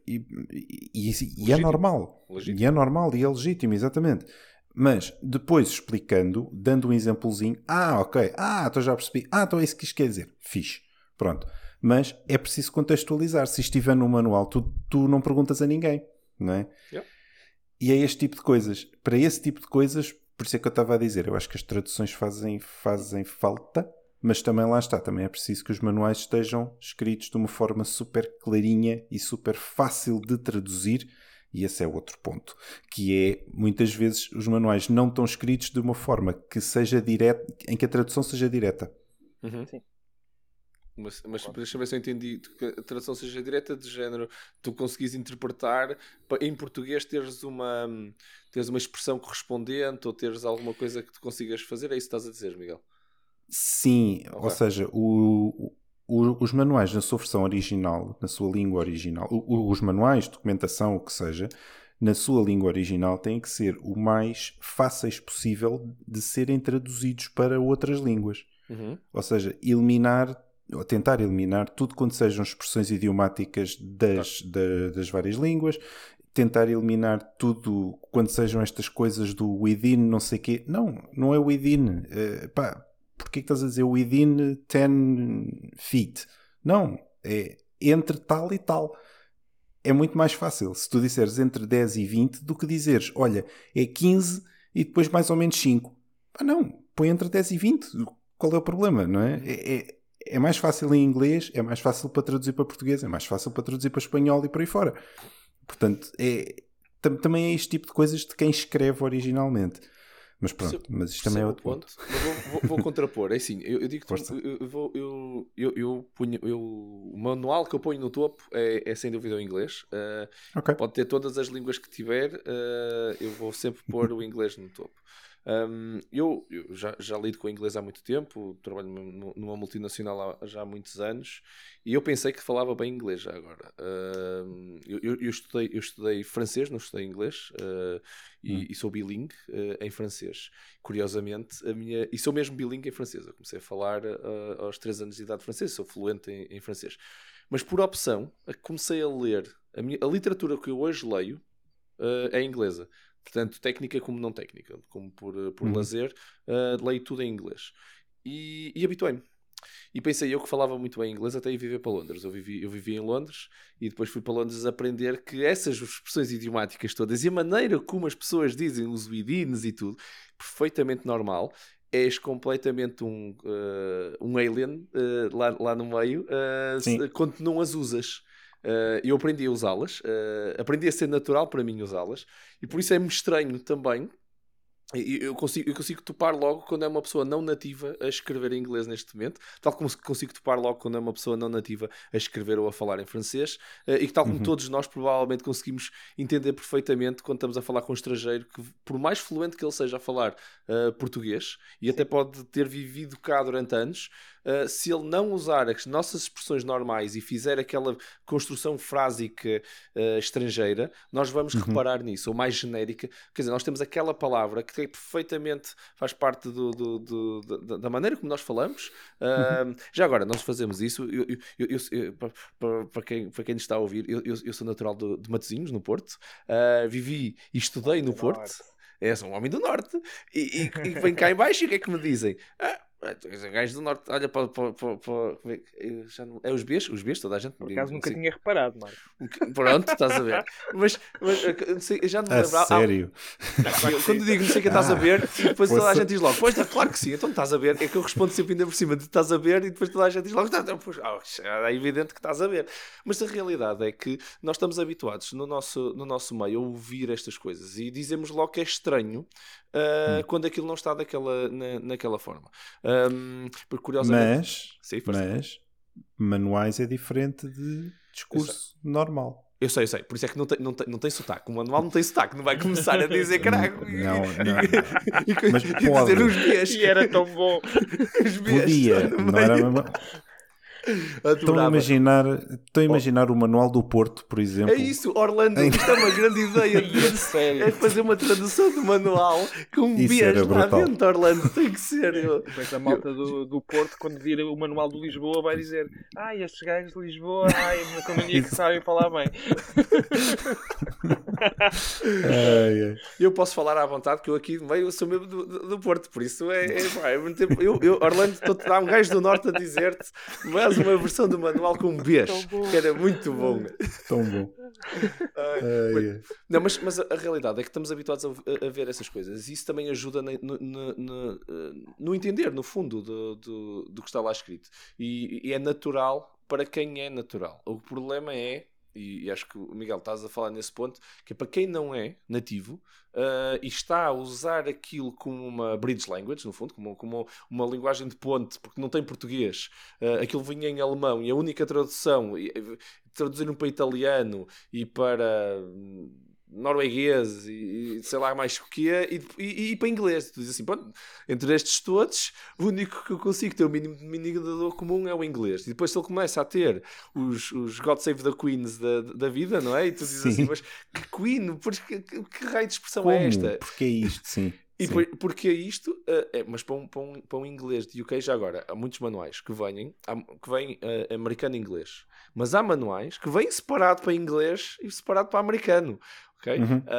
E é normal. Legítimo. E é normal e é legítimo, exatamente. Mas depois explicando, dando um exemplozinho, ok, então já percebi, então é isso que isto quer dizer. Fixe. Pronto. Mas é preciso contextualizar. Se estiver no manual, tu não perguntas a ninguém, não é? Yeah. E é este tipo de coisas. Para esse tipo de coisas, por isso é que eu estava a dizer, eu acho que as traduções fazem falta, mas também lá está, também é preciso que os manuais estejam escritos de uma forma super clarinha e super fácil de traduzir, e esse é outro ponto, que é, muitas vezes, os manuais não estão escritos de uma forma que seja direta, em que a tradução seja direta. Sim. Mas deixa-me ver se eu entendi que a tradução seja direta, de género, tu conseguis interpretar, em português teres uma expressão correspondente ou teres alguma coisa que tu consigas fazer, é isso que estás a dizer, Miguel? Sim, Ok. ou seja, os manuais na sua versão original, na sua língua original, os manuais, documentação, o que seja, na sua língua original têm que ser o mais fáceis possível de serem traduzidos para outras línguas. Ou seja, tentar eliminar tudo quanto sejam expressões idiomáticas das várias línguas, tentar eliminar tudo quando sejam estas coisas do within, não sei o quê. Não é within. Porquê que estás a dizer within 10 feet? Não, é entre tal e tal. É muito mais fácil se tu disseres entre 10 e 20 do que dizeres, olha, é 15 e depois mais ou menos 5. Não, põe entre 10 e 20. Qual é o problema, não é? É mais fácil em inglês, é mais fácil para traduzir para português, é mais fácil para traduzir para espanhol e por aí fora. Portanto, também é este tipo de coisas de quem escreve originalmente. Mas pronto, mas isto também é outro ponto. Mas vou contrapor. É assim, eu digo que o manual que eu ponho no topo é sem dúvida o inglês. Okay. Pode ter todas as línguas que tiver, eu vou sempre pôr o inglês no topo. Eu já lido com o inglês há muito tempo, trabalho numa multinacional já há muitos anos, e eu pensei que falava bem inglês já agora. Eu estudei francês, não estudei inglês, e sou bilingue em francês. Curiosamente, e sou mesmo bilingue em francês. Eu comecei a falar aos 3 anos de idade francês, sou fluente em francês. Mas por opção, comecei a ler, a literatura que eu hoje leio é inglesa. Portanto, técnica como não técnica, como por lazer, leio tudo em inglês. E habituei-me. E pensei eu que falava muito bem inglês até ir viver para Londres. Eu vivi em Londres e depois fui para Londres aprender que essas expressões idiomáticas todas e a maneira como as pessoas dizem os withins e tudo, perfeitamente normal. És completamente um alien lá no meio quando não as usas. eu aprendi a usá-las, aprendi a ser natural para mim usá-las, e por isso é-me estranho também. Eu consigo topar logo quando é uma pessoa não nativa a escrever em inglês neste momento, tal como consigo topar logo quando é uma pessoa não nativa a escrever ou a falar em francês, e que tal como todos nós provavelmente conseguimos entender perfeitamente quando estamos a falar com um estrangeiro que, por mais fluente que ele seja a falar português, e até pode ter vivido cá durante anos, se ele não usar as nossas expressões normais e fizer aquela construção frásica estrangeira, nós vamos reparar nisso, ou mais genérica. Quer dizer, nós temos aquela palavra que perfeitamente faz parte da maneira como nós falamos. Já agora, nós fazemos isso. Para quem nos está a ouvir, eu sou natural de Matosinhos, no Porto. Vivi e estudei no Porto. Sou um homem do Norte. E vem cá em baixo e o que é que me dizem? Gajo do Norte, olha para é os Bs, toda a gente. Por acaso nunca tinha reparado, Marco. Pronto, estás a ver. Mas eu já não me lembro. Sério? Quando digo não sei o que estás a ver, e depois toda a gente diz logo, pois, claro que sim, então estás a ver. É que eu respondo sempre ainda por cima de estás a ver, e depois toda a gente diz logo, é evidente que estás a ver. Mas a realidade é que nós estamos habituados no nosso meio a ouvir estas coisas e dizemos logo que é estranho quando aquilo não está naquela forma. Porque, curiosamente, mas manuais é diferente de discurso normal. Eu sei. Por isso é que não tem sotaque. O manual não tem sotaque. Não vai começar a dizer caralho. Não. Mas pode. Dizer os Bs. E era tão bom. Os Bs. Podia. Não era a mesma... Estou a imaginar o manual do Porto, por exemplo. É isso, Orlando. Isto é uma grande ideia. Sério. É fazer uma tradução do manual com Bs lá dentro, Orlando. Tem que ser. Depois a malta do Porto, quando vir o manual do Lisboa, vai dizer: estes gajos de Lisboa, na economia que sabem falar bem. Eu posso falar à vontade, que eu aqui no meio sou mesmo do Porto, por isso Orlando, estou-te a dar um gajo do Norte a dizer-te mais uma versão do manual com Bs, que era muito bom. Tão bom. Não, mas a realidade é que estamos habituados a ver essas coisas, e isso também ajuda no entender, no fundo, do que está lá escrito, e é natural para quem é natural. O problema é, e acho que o Miguel estás a falar nesse ponto, que é para quem não é nativo e está a usar aquilo como uma bridge language, no fundo, como uma linguagem de ponte, porque não tem português, aquilo vinha em alemão e a única tradução, traduziram para italiano e para norueguês e sei lá mais o que é, e para inglês. Tu dizes assim, pronto, entre estes todos, o único que eu consigo ter o mínimo denominador comum é o inglês. E depois se ele começa a ter os God Save the Queens da vida, não é? E tu dizes assim, mas que Queen? Que raio de expressão é esta? Porque é isto, sim. E porque é isto, mas para um inglês de UK, já agora, há muitos manuais que vêm americano e inglês. Mas há manuais que vêm separado para inglês e separado para americano. Okay?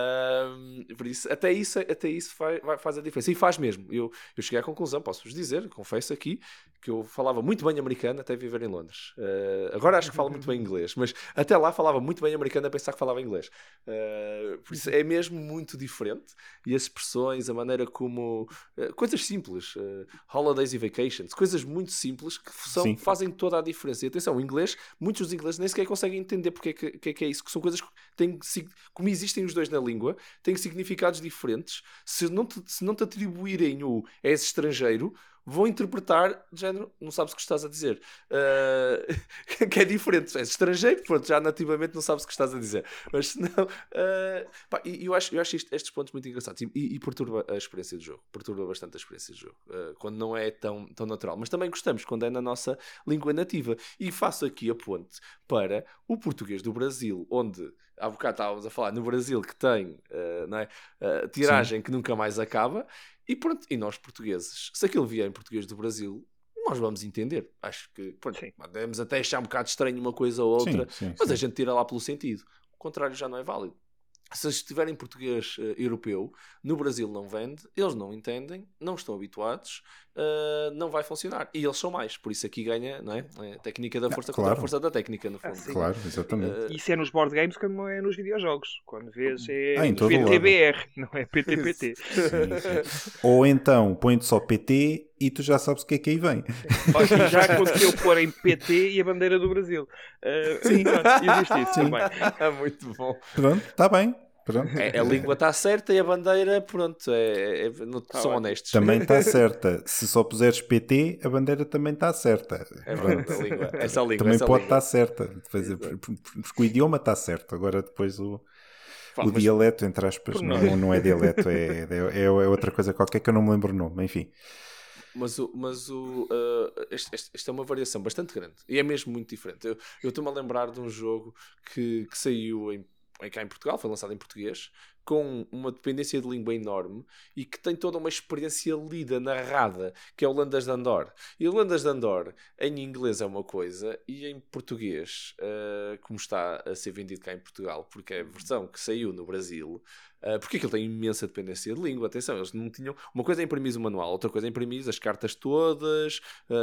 Por isso, até isso faz a diferença. E faz mesmo. Eu cheguei à conclusão, posso-vos dizer, confesso aqui, que eu falava muito bem americano até viver em Londres. Agora acho que falo muito bem inglês, mas até lá falava muito bem americano a pensar que falava inglês. Por isso é mesmo muito diferente. E as expressões, a maneira como... coisas simples. Holidays e vacations. Coisas muito simples que fazem toda a diferença. E atenção, o inglês, muitos dos ingleses nem sequer conseguem entender porque que é isso. Que são coisas que têm... Como existem os dois na língua, têm significados diferentes. Se não te atribuírem o és estrangeiro, vão interpretar de género, não sabes o que estás a dizer. Que é diferente. És estrangeiro, pronto, já nativamente não sabes o que estás a dizer. Mas se não... eu acho estes pontos muito engraçados e perturba a experiência do jogo. Perturba bastante a experiência do jogo. Quando não é tão natural. Mas também gostamos quando é na nossa língua nativa. E faço aqui a ponte para o português do Brasil, onde... Há bocado estávamos a falar no Brasil que tem tiragem que nunca mais acaba, e pronto, e nós portugueses, se aquilo vier em português do Brasil, nós vamos entender. Acho que podemos até achar um bocado estranho uma coisa ou outra, mas a gente tira lá pelo sentido. O contrário já não é válido. Se estiver em português europeu, no Brasil não vende, eles não entendem, não estão habituados, não vai funcionar. E eles são mais, por isso aqui ganha, não é? A técnica da força contra a força da técnica, no fundo. Claro, exatamente. Isso é nos board games como é nos videojogos. Quando vês é PTBR, não é PTPT. Sim. Ou então põe-te só PT e tu já sabes o que é que aí vem. Olha, já aconteceu pôr em PT e a bandeira do Brasil. Sim. Pronto, existe isso Sim. também. Muito bom. Pronto, está bem. Pronto. A língua está certa e a bandeira, pronto, não, Tá são ótimo. honestos. Também está certa. Se só puseres PT, a bandeira também está certa. É verdade, a língua. Essa língua. Também essa pode língua. estar certa. Porque o idioma está certo. Agora depois o Mas- dialeto, entre aspas, Por nós. não é dialeto. É outra coisa qualquer que eu não me lembro o nome. Enfim. Mas esta é uma variação bastante grande e é mesmo muito diferente. Eu estou-me a lembrar de um jogo que saiu cá em Portugal, foi lançado em português, com uma dependência de língua enorme e que tem toda uma experiência lida, narrada, que é o Landas de Andor. E o Landas de Andor em inglês é uma coisa e em português, como está a ser vendido cá em Portugal, porque é a versão que saiu no Brasil, porque aquilo tem imensa dependência de língua. Atenção, eles não tinham. Uma coisa é imprimir o manual, outra coisa é imprimir as cartas todas,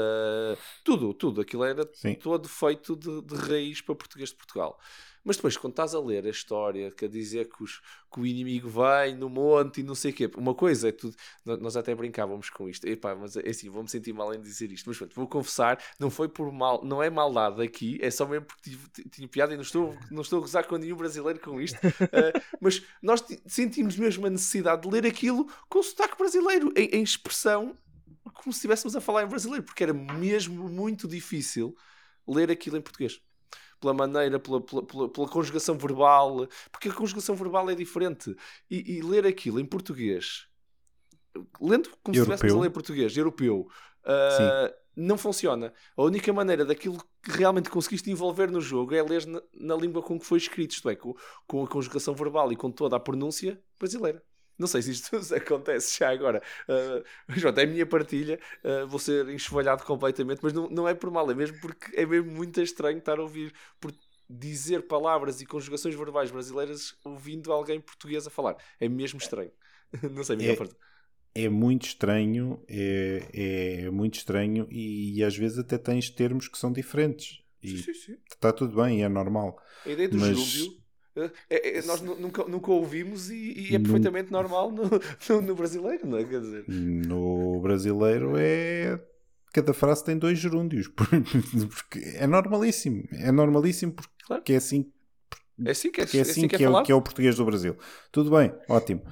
tudo. Aquilo era Sim. todo feito de raiz para português de Portugal. Mas depois, quando estás a ler a história, quer dizer que o inimigo vem no monte e não sei o quê. Uma coisa é tudo. Nós até brincávamos com isto. Epá, mas é assim, vou-me sentir mal em dizer isto. Mas pronto, vou confessar, não foi por mal, não é maldade aqui, é só mesmo porque tinha piada e não estou a gozar com nenhum brasileiro com isto. Mas nós sentimos mesmo a necessidade de ler aquilo com sotaque brasileiro, em expressão, como se estivéssemos a falar em brasileiro, porque era mesmo muito difícil ler aquilo em português. Pela maneira, pela conjugação verbal, porque a conjugação verbal é diferente. E ler aquilo em português, lendo como se estivéssemos a ler português, europeu, não funciona. A única maneira daquilo que realmente conseguiste envolver no jogo é ler na língua com que foi escrito, isto é, com a conjugação verbal e com toda a pronúncia brasileira. Não sei se isto acontece já agora. João, é a minha partilha. Vou ser enxovalhado completamente, mas não é por mal, é mesmo porque é mesmo muito estranho estar a ouvir por dizer palavras e conjugações verbais brasileiras ouvindo alguém português a falar. É mesmo estranho. Não sei, Miguel. É muito estranho, é muito estranho e às vezes até tens termos que são diferentes. E sim. está tudo bem, é normal. A ideia do gerúndio. Nós nunca ouvimos e é perfeitamente normal no brasileiro, não é? Quer dizer, no brasileiro cada frase tem 2 gerúndios, porque é normalíssimo porque claro. é assim, é assim que é o português do Brasil. Tudo bem, ótimo.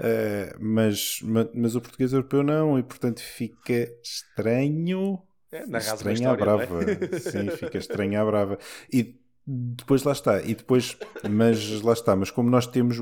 Mas o português europeu não, e portanto fica estranho. Estranho à brava. Sim, fica estranho à brava. E depois lá está, mas como nós temos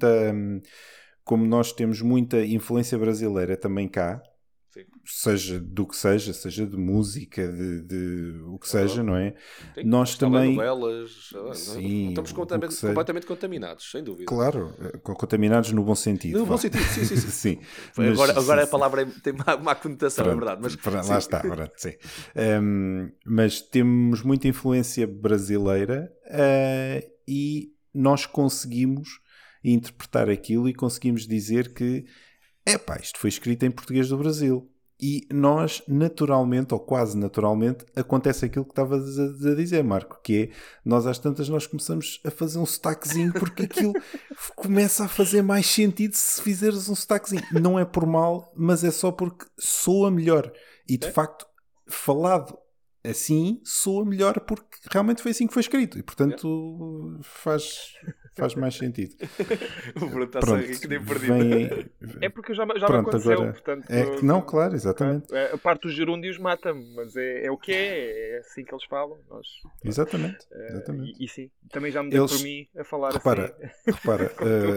muita influência brasileira também cá, sim. Seja do que seja de música, de o que seja, não é? Sim, nós também novelas, sim, estamos completamente contaminados, sem dúvida. Claro, contaminados no bom sentido. No bom sentido, sim. Sim. Agora a palavra tem má conotação, pronto, é verdade. Mas, lá está, pronto, sim. Mas temos muita influência brasileira e nós conseguimos interpretar aquilo e conseguimos dizer que isto foi escrito em português do Brasil. E nós, naturalmente, ou quase naturalmente, acontece aquilo que estavas a dizer, Marco, que é, nós às tantas nós começamos a fazer um sotaquezinho porque aquilo começa a fazer mais sentido se fizeres um sotaquezinho. Não é por mal, mas é só porque soa melhor. E, de facto, falado assim, soa melhor porque realmente foi assim que foi escrito. E, portanto, faz mais sentido. O Bruno está a rir que nem perdido. É porque já me aconteceu, agora, portanto... não, claro, exatamente. A parte dos gerúndios mata-me, mas é o que é assim que eles falam. Exatamente. E sim, também já me deu por mim a falar assim. Repara,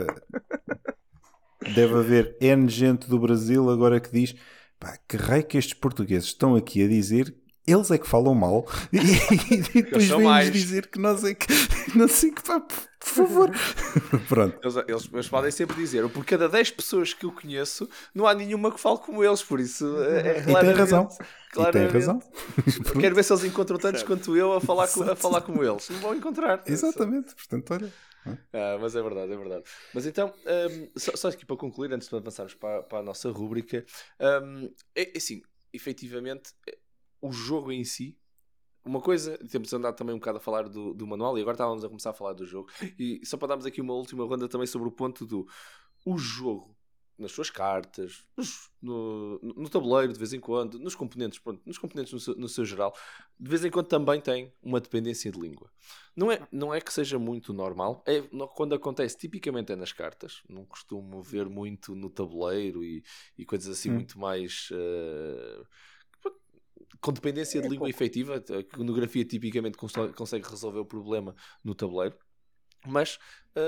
deve haver N gente do Brasil agora que diz que raio que estes portugueses estão aqui a dizer, eles é que falam mal e depois vêm-nos dizer que nós é que não sei que por favor. Pronto. Eles podem sempre dizer, por cada 10 pessoas que eu conheço não há nenhuma que fale como eles, por isso é claramente, e tem razão. Quero ver se eles encontram tantos quanto eu a falar como eles. Não vão encontrar. Exatamente, portanto, olha. Mas é verdade. Mas então, só aqui para concluir, antes de avançarmos para a nossa rúbrica, é assim, efetivamente, o jogo em si, uma coisa, temos andado também um bocado a falar do manual e agora estávamos a começar a falar do jogo, e só para darmos aqui uma última ronda também sobre o ponto o jogo nas suas cartas, no tabuleiro de vez em quando, nos componentes, pronto, nos componentes no seu geral, de vez em quando também tem uma dependência de língua. Não é que seja muito normal, quando acontece tipicamente é nas cartas, não costumo ver muito no tabuleiro e coisas assim muito mais com dependência de língua efetiva. A iconografia tipicamente consegue resolver o problema no tabuleiro, mas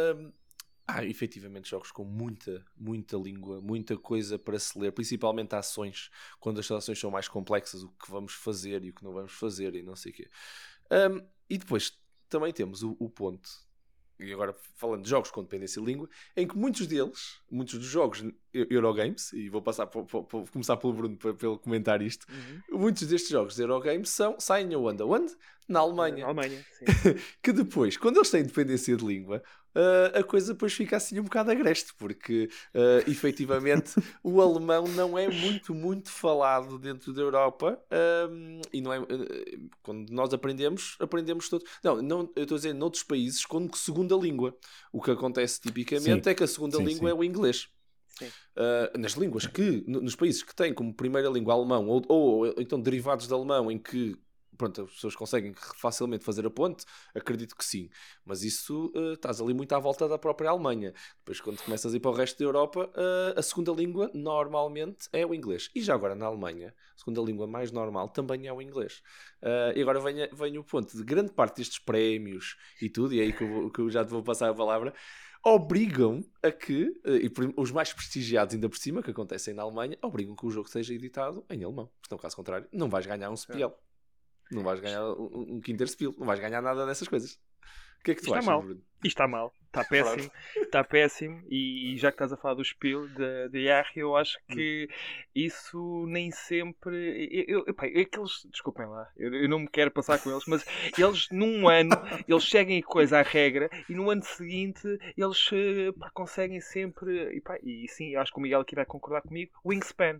há efetivamente jogos com muita língua, muita coisa para se ler, principalmente ações, quando as ações são mais complexas, o que vamos fazer e o que não vamos fazer e não sei o quê. E depois também temos o ponto, e agora falando de jogos com dependência de língua, em que muitos dos jogos Eurogames, e vou começar pelo Bruno para ele comentar isto, muitos destes jogos de Eurogames saem onde? Na Alemanha. Na Alemanha, sim. Que depois, quando eles têm dependência de língua, a coisa depois fica assim um bocado agreste, porque efetivamente o alemão não é muito falado dentro da Europa, e não é, quando nós aprendemos todos. Não, eu estou a dizer, noutros países, como segunda língua. O que acontece tipicamente é que a segunda língua é o inglês. Nas línguas nos países que têm como primeira língua alemão, ou então derivados de alemão, em que pronto, as pessoas conseguem facilmente fazer a ponte, acredito que sim, mas isso estás ali muito à volta da própria Alemanha. Depois, quando começas a ir para o resto da Europa, a segunda língua normalmente é o inglês. E já agora na Alemanha, a segunda língua mais normal também é o inglês. E agora vem o ponto de grande parte destes prémios e tudo, e é aí que eu já te vou passar a palavra, obrigam a que, os mais prestigiados ainda por cima, que acontecem na Alemanha, obrigam que o jogo seja editado em alemão. Porque, no caso contrário, não vais ganhar um Spiel. Não vais ganhar um Kinderspiel. Não vais ganhar nada dessas coisas. O que é que tu achas, Bruno? Isto está mal. Está péssimo. Está péssimo. E já que estás a falar do Spiel, de Yarri, eu acho que isso nem sempre... Desculpem lá. Eu não me quero passar com eles, mas eles num ano, eles seguem coisa à regra e no ano seguinte eles conseguem sempre... E sim, acho que o Miguel aqui vai concordar comigo. Wingspan.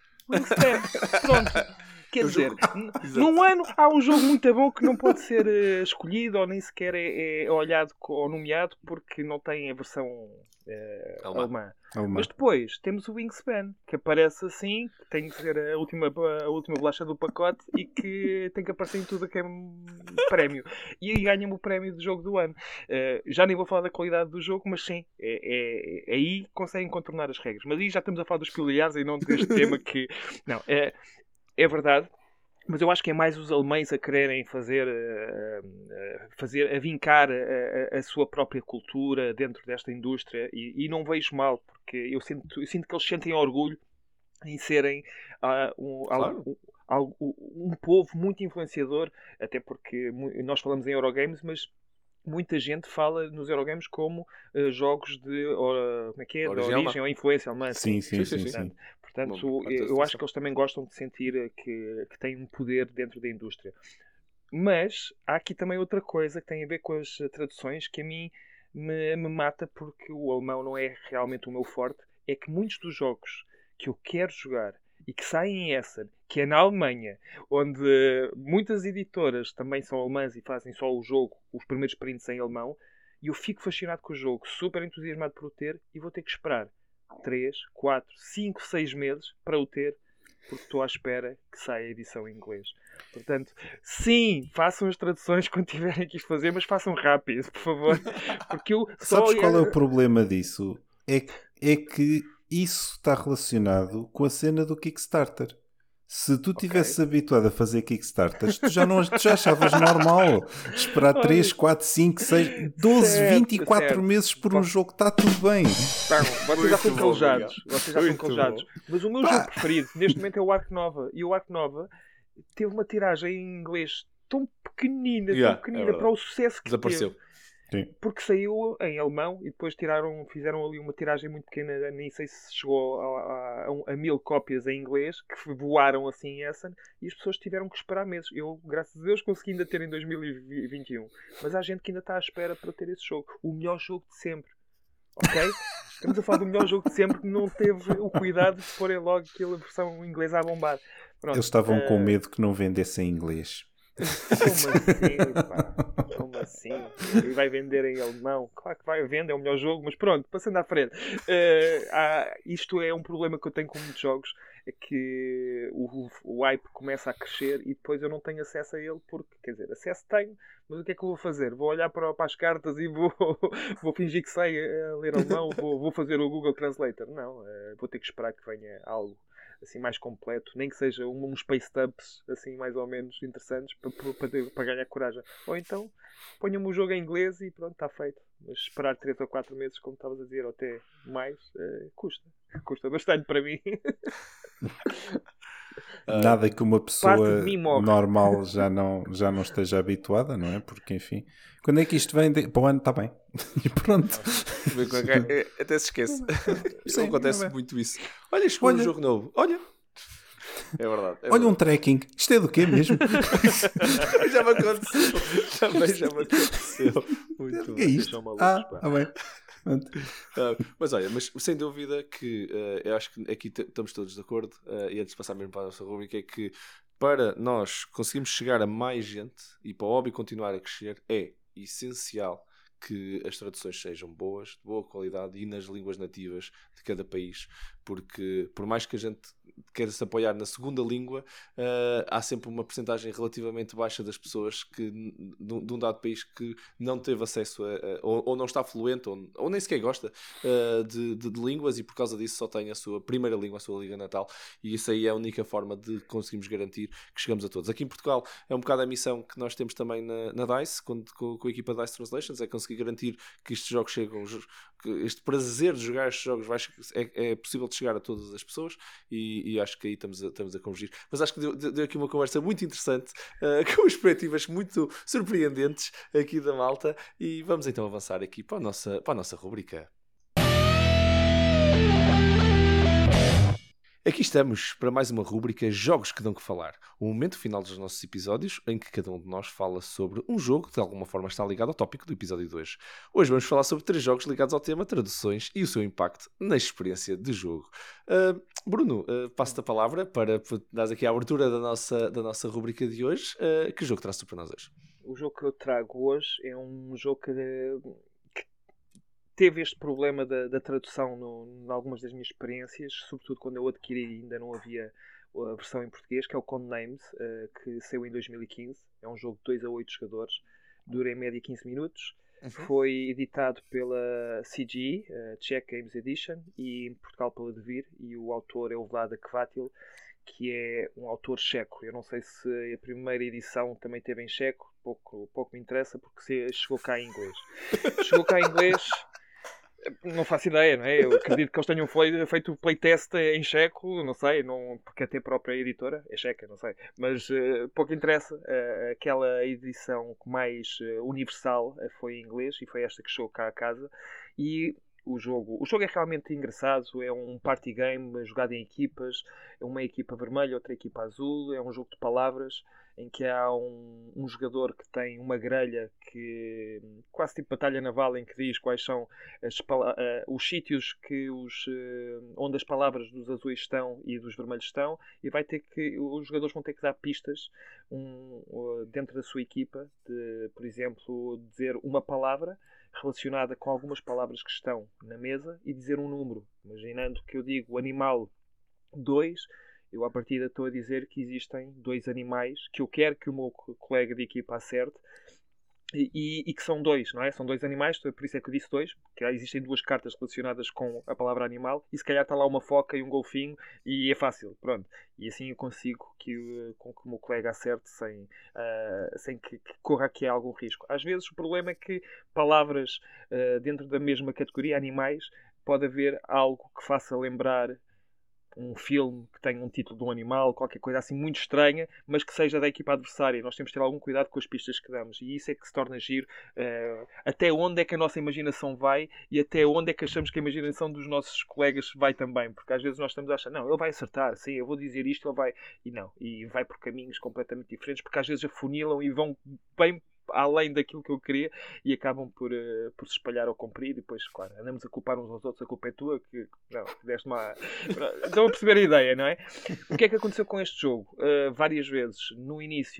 Pronto. Quer dizer, num ano há um jogo muito bom que não pode ser escolhido ou nem sequer é olhado ou nomeado porque não tem a versão alemã. Mas depois temos o Wingspan, que aparece assim, que tem que ser a última bolacha do pacote e que tem que aparecer em tudo que é prémio. E aí ganha-me o prémio do jogo do ano. Já nem vou falar da qualidade do jogo, mas sim, aí conseguem contornar as regras. Mas aí já estamos a falar dos pilares e não deste tema que... Não, é verdade, mas eu acho que é mais os alemães a quererem vincar a sua própria cultura dentro desta indústria e não vejo mal, porque eu sinto que eles sentem orgulho em serem um povo muito influenciador, até porque nós falamos em Eurogames, mas muita gente fala nos Eurogames como jogos de origem ou influência alemã. Sim. Portanto, eu acho que eles também gostam de sentir que têm um poder dentro da indústria. Mas há aqui também outra coisa que tem a ver com as traduções que a mim me mata, porque o alemão não é realmente o meu forte. É que muitos dos jogos que eu quero jogar e que saem em Essen, que é na Alemanha, onde muitas editoras também são alemãs e fazem só o jogo, os primeiros prints em alemão, e eu fico fascinado com o jogo, super entusiasmado por o ter, e vou ter que esperar 3, 4, 5, 6 meses para o ter, porque estou à espera que saia a edição em inglês. Portanto, sim, façam as traduções quando tiverem que fazer, mas façam rápido, por favor. Porque Sabes qual é o problema disso? É que isso está relacionado com a cena do Kickstarter. Se tu estivesses habituado a fazer Kickstarters, tu já achavas normal esperar 3, 4, 5, 6, 12, 24 meses por um jogo. Está tudo bem. Vocês já estão calejados. Mas o meu jogo preferido neste momento é o Ark Nova. E o Ark Nova teve uma tiragem em inglês tão pequenina para o sucesso que desapareceu. Teve. Sim. Porque saiu em alemão e depois fizeram ali uma tiragem muito pequena, nem sei se chegou a 1000 cópias em inglês, que voaram assim em Essen, e as pessoas tiveram que esperar meses. Eu, graças a Deus, consegui ainda ter em 2021. Mas há gente que ainda está à espera para ter esse jogo. O melhor jogo de sempre. Ok? Estamos a falar do melhor jogo de sempre que não teve o cuidado de porem logo aquela versão inglesa a bombar. Pronto. Eles estavam com medo que não vendesse em inglês. Como assim, pá? Como assim? E vai vender em alemão? Claro que vai vender, é o melhor jogo, mas pronto, passando à frente. Isto é um problema que eu tenho com muitos jogos, é que o hype começa a crescer e depois eu não tenho acesso a ele porque, quer dizer, acesso tenho, mas o que é que eu vou fazer? Vou olhar para as cartas e vou fingir que sei ler alemão, vou fazer o Google Translator. Não, vou ter que esperar que venha algo assim mais completo, nem que seja uns Space Tubs assim mais ou menos interessantes para ganhar coragem. Ou então ponham-me o jogo em inglês e pronto, está feito. Mas esperar 3 ou 4 meses, como estavas a dizer, ou até mais, custa bastante para mim. Nada que uma pessoa Parte de mim morre. normal já não esteja habituada, não é? Porque, enfim, quando é que isto vem? Para o ano está bem. E pronto. Até se esquece. Sim, Acontece é muito isso. Olha, chegou um jogo novo. Olha. É verdade. Olha um tracking. Isto é do quê mesmo? Já me aconteceu. Também já me aconteceu. Muito O que é isto? Bem. Mas olha, mas sem dúvida que eu acho que aqui estamos todos de acordo, e antes de passar mesmo para a nossa rubrica, é que para nós conseguirmos chegar a mais gente e para o hobby continuar a crescer, é essencial que as traduções sejam boas, de boa qualidade e nas línguas nativas de cada país, porque por mais que a gente queira se apoiar na segunda língua, há sempre uma percentagem relativamente baixa das pessoas que, de um dado país que não teve acesso ou não está fluente ou nem sequer gosta de línguas, e por causa disso só tem a sua primeira língua, a sua língua natal, e isso aí é a única forma de conseguirmos garantir que chegamos a todos. Aqui em Portugal é um bocado a missão que nós temos também na DICE, com a equipa DICE Translations, é conseguir garantir que estes jogos chegam, que este prazer de jogar estes jogos é possível de chegar a todas as pessoas, e acho que aí estamos a convergir. Mas acho que deu aqui uma conversa muito interessante, com perspectivas muito surpreendentes aqui da malta, e vamos então avançar aqui para a nossa rubrica. Aqui estamos para mais uma rúbrica Jogos que dão que falar. O momento final dos nossos episódios em que cada um de nós fala sobre um jogo que de alguma forma está ligado ao tópico do episódio 2. Hoje vamos falar sobre 3 jogos ligados ao tema traduções e o seu impacto na experiência de jogo. Bruno, passo-te a palavra para dar aqui a abertura da nossa rúbrica de hoje. Que jogo traz-te para nós hoje? O jogo que eu trago hoje é um jogo que teve este problema da tradução em algumas das minhas experiências, sobretudo quando eu adquiri e ainda não havia a versão em português, que é o Codenames, que saiu em 2015. É um jogo de 2 a 8 jogadores, dura em média 15 minutos. Foi editado pela CGE, Czech Games Edition, e em Portugal pela Devir, e o autor é o Vlada Kvatil, que é um autor checo. Eu não sei se a primeira edição também teve em checo, pouco me interessa, porque chegou cá em inglês. Não faço ideia, não é? Eu acredito que eles tenham feito o playtest em checo, não sei, porque até a própria editora é checa, não sei. Mas pouco interessa. Aquela edição mais universal foi em inglês e foi esta que chegou cá a casa. E o jogo é realmente engraçado, é um party game jogado em equipas, é uma equipa vermelha, outra equipa azul, é um jogo de palavras em que há um jogador que tem uma grelha que quase tipo batalha naval, em que diz quais são os sítios onde as palavras dos azuis estão e dos vermelhos estão, e os jogadores vão ter que dar pistas dentro da sua equipa de, por exemplo, dizer uma palavra relacionada com algumas palavras que estão na mesa e dizer um número. Imaginando que eu digo animal 2, eu à partida estou a dizer que existem 2 animais que eu quero que o meu colega de equipa acerte e que são 2, não é? São 2 animais, por isso é que eu disse 2, porque existem 2 cartas relacionadas com a palavra animal e se calhar está lá uma foca e um golfinho e é fácil, pronto. E assim eu consigo com que o meu colega acerte sem que corra aqui algum risco. Às vezes o problema é que palavras dentro da mesma categoria, animais, pode haver algo que faça lembrar um filme que tenha um título de um animal, qualquer coisa assim muito estranha, mas que seja da equipa adversária. Nós temos de ter algum cuidado com as pistas que damos, e isso é que se torna giro. Até onde é que a nossa imaginação vai e até onde é que achamos que a imaginação dos nossos colegas vai também, porque às vezes nós estamos a achar, não, ele vai acertar, sim, eu vou dizer isto, ele vai, e não, e vai por caminhos completamente diferentes, porque às vezes afunilam e vão bem além daquilo que eu queria e acabam por se espalhar ao comprido, e depois, claro, andamos a culpar uns aos outros, a culpa é tua, que não, deste uma... Estão a perceber a ideia, não é? O que é que aconteceu com este jogo? Várias vezes, no início,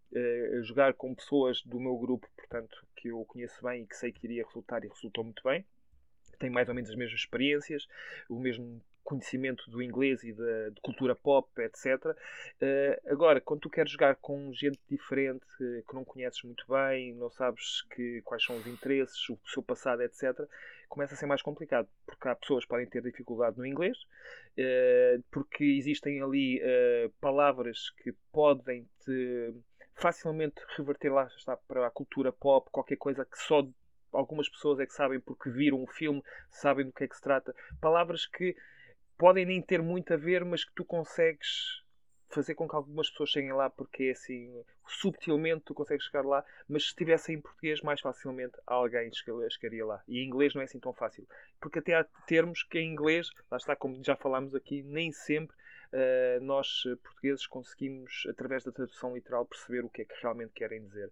a jogar com pessoas do meu grupo, portanto, que eu conheço bem e que sei que iria resultar, e resultou muito bem. Tem mais ou menos as mesmas experiências, o mesmo conhecimento do inglês e de cultura pop, etc. Agora, quando tu queres jogar com gente diferente, que não conheces muito bem, não sabes quais são os interesses, o seu passado, etc., começa a ser mais complicado, porque há pessoas que podem ter dificuldade no inglês, porque existem ali palavras que podem te facilmente reverter lá está, para a cultura pop, qualquer coisa que só algumas pessoas é que sabem porque viram um filme, sabem do que é que se trata. Palavras que podem nem ter muito a ver, mas que tu consegues fazer com que algumas pessoas cheguem lá, porque é assim, subtilmente tu consegues chegar lá, mas se estivesse em português, mais facilmente alguém chegaria lá. E em inglês não é assim tão fácil. Porque até há termos que em inglês, lá está, como já falámos aqui, nem sempre nós portugueses conseguimos, através da tradução literal, perceber o que é que realmente querem dizer.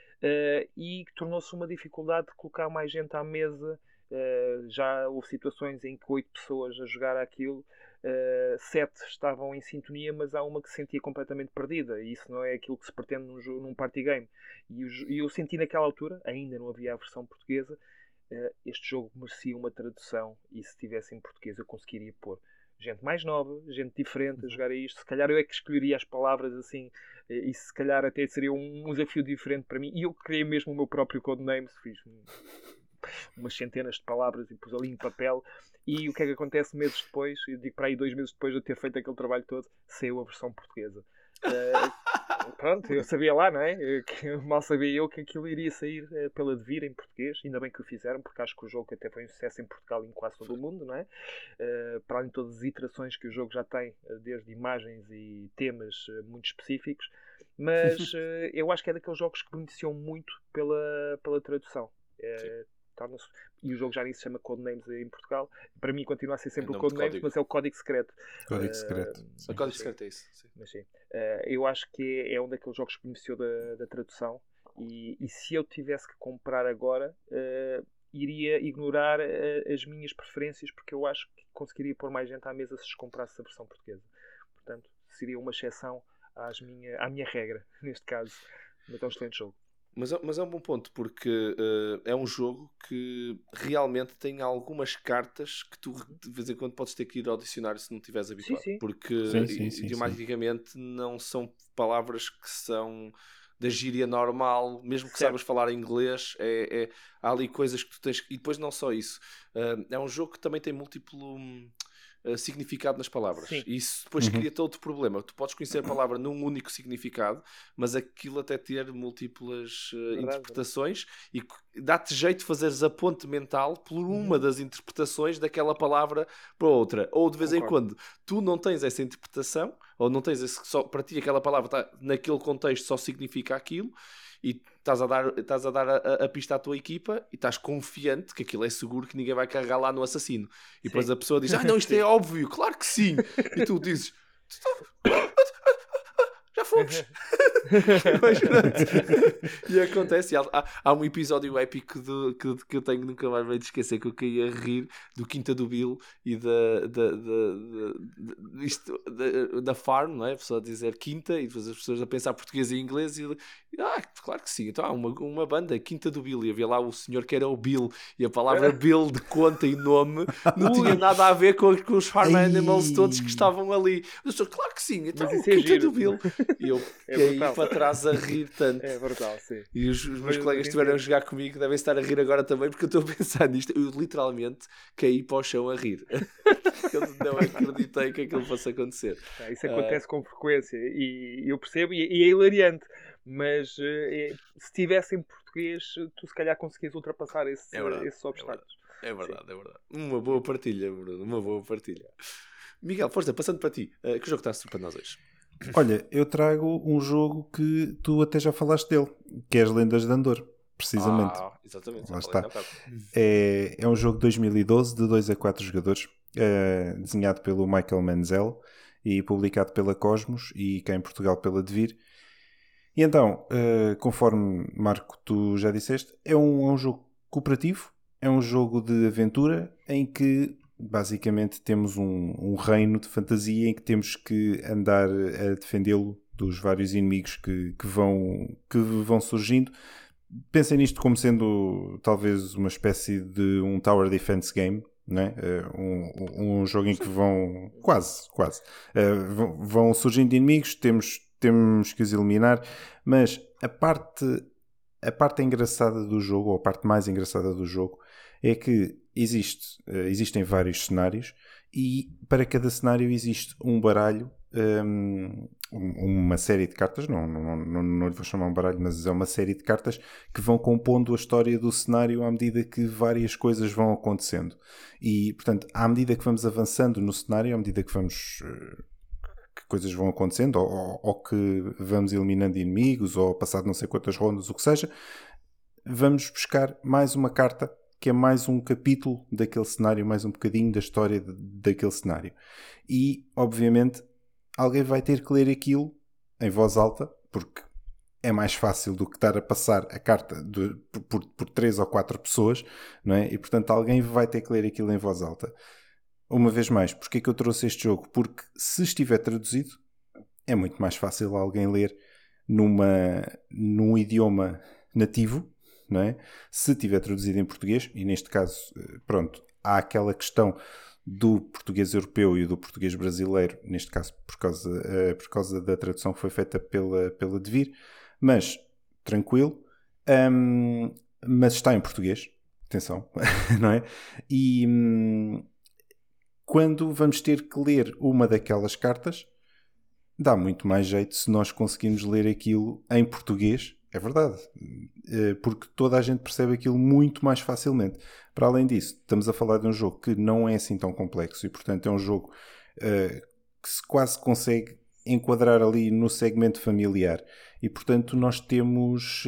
E tornou-se uma dificuldade de colocar mais gente à mesa. Já houve situações em que 8 pessoas a jogar aquilo, 7 estavam em sintonia, mas há uma que se sentia completamente perdida, e isso não é aquilo que se pretende num party game. E eu senti naquela altura, ainda não havia a versão portuguesa, este jogo merecia uma tradução, e se tivesse em português eu conseguiria pôr gente mais nova, gente diferente a jogar a isto. Se calhar eu é que escolheria as palavras assim, e se calhar até seria um desafio diferente para mim. E eu criei mesmo o meu próprio codename, fiz umas centenas de palavras e pus ali em papel. E o que é que acontece meses depois? Eu digo para aí 2 meses depois de eu ter feito aquele trabalho todo, saiu a versão portuguesa. Pronto, eu sabia lá, não é? Mal sabia eu que aquilo iria sair pela Devir em português. Ainda bem que o fizeram, porque acho que o jogo até foi um sucesso em Portugal e em quase todo o mundo, não é? Para além de todas as iterações que o jogo já tem, desde imagens e temas muito específicos. Mas eu acho que é daqueles jogos que beneficiam muito pela tradução. E o jogo já nem se chama Codenames em Portugal. Para mim continua a ser sempre o Codenames, mas é o código secreto. Código secreto. O código secreto é isso. Sim. Mas, sim. Eu acho que é um daqueles jogos que beneficiou da tradução. E se eu tivesse que comprar agora, iria ignorar as minhas preferências, porque eu acho que conseguiria pôr mais gente à mesa se comprasse a versão portuguesa. Portanto, seria uma exceção à minha regra, neste caso. Mas é um excelente jogo. Mas é um bom ponto, porque é um jogo que realmente tem algumas cartas que tu de vez em quando podes ter que ir ao dicionário se não estiveres habituado. Sim. Porque idiomaticamente não são palavras que são da gíria normal, mesmo que saibas falar inglês, há ali coisas que tu tens. E depois não só isso, é um jogo que também tem múltiplo significado nas palavras. Sim. E isso depois cria todo o problema. Tu podes conhecer a palavra num único significado, mas aquilo até ter múltiplas interpretações, e dá-te jeito de fazeres a ponte mental por uma das interpretações daquela palavra para outra. Ou de vez em quando tu não tens essa interpretação, ou não tens só para ti aquela palavra naquele contexto só significa aquilo, e estás a dar a pista à tua equipa e estás confiante que aquilo é seguro, que ninguém vai carregar lá no assassino. E depois a pessoa diz, não, isto é óbvio, claro que sim. E tu dizes, já fomos. E acontece. Há um episódio épico que eu tenho nunca mais de esquecer, que eu caí a rir do Quinta do Bill e da farm, não é? A pessoa a dizer Quinta e depois as pessoas a pensar português e inglês e claro que sim. Então há uma banda, Quinta do Bill, e havia lá o senhor que era o Bill, e a palavra Bill de conta e nome não tinha nada a ver com os farm animals todos que estavam ali. Eu sou, claro que sim, então o Quinta do Bill. E eu caí para trás a rir tanto. É brutal, sim. E os meus colegas estiveram a jogar comigo, devem estar a rir agora também, porque eu estou a pensar nisto. Eu literalmente caí para o chão a rir. Eu não acreditei que aquilo fosse acontecer. Isso acontece com frequência e eu percebo, e é hilariante, mas se tivesse em português, tu se calhar conseguias ultrapassar esses obstáculos. É verdade. Uma boa partilha, Bruno, uma boa partilha. Miguel, força, passando para ti, que jogo estás para nós hoje? Olha, eu trago um jogo que tu até já falaste dele, que é as Lendas de Andor, precisamente. Exatamente. Lá está. É um jogo de 2012, de 2 a 4 jogadores, desenhado pelo Michael Menzel e publicado pela Cosmos e cá em Portugal pela Devir. E então, conforme Marco tu já disseste, é um jogo cooperativo, é um jogo de aventura em que basicamente temos um reino de fantasia em que temos que andar a defendê-lo dos vários inimigos que vão surgindo. Pensem nisto como sendo talvez uma espécie de um Tower Defense game, né? Um jogo em que vão vão surgindo inimigos, temos que os eliminar, mas a parte engraçada do jogo, ou a parte mais engraçada do jogo, é que existem vários cenários e para cada cenário existe um baralho, uma série de cartas, não lhe vou chamar um baralho, mas é uma série de cartas que vão compondo a história do cenário à medida que várias coisas vão acontecendo. E, portanto, à medida que vamos avançando no cenário, à medida que que coisas vão acontecendo, ou que vamos eliminando inimigos, ou passado não sei quantas rondas, o que seja, vamos buscar mais uma carta que é mais um capítulo daquele cenário, mais um bocadinho da história daquele cenário. E, obviamente, alguém vai ter que ler aquilo em voz alta, porque é mais fácil do que estar a passar a carta por 3 ou 4 pessoas, não é? E, portanto, alguém vai ter que ler aquilo em voz alta. Uma vez mais, porque é que eu trouxe este jogo? Porque se estiver traduzido, é muito mais fácil alguém ler num idioma nativo, não é? Se estiver traduzido em português, e neste caso, pronto, há aquela questão do português europeu e do português brasileiro, neste caso por causa da tradução que foi feita pela Devir, mas tranquilo, mas está em português, atenção, não é? E quando vamos ter que ler uma daquelas cartas, dá muito mais jeito se nós conseguirmos ler aquilo em português. É verdade, porque toda a gente percebe aquilo muito mais facilmente. Para além disso, estamos a falar de um jogo que não é assim tão complexo e, portanto, é um jogo que se quase consegue enquadrar ali no segmento familiar. E, portanto, nós temos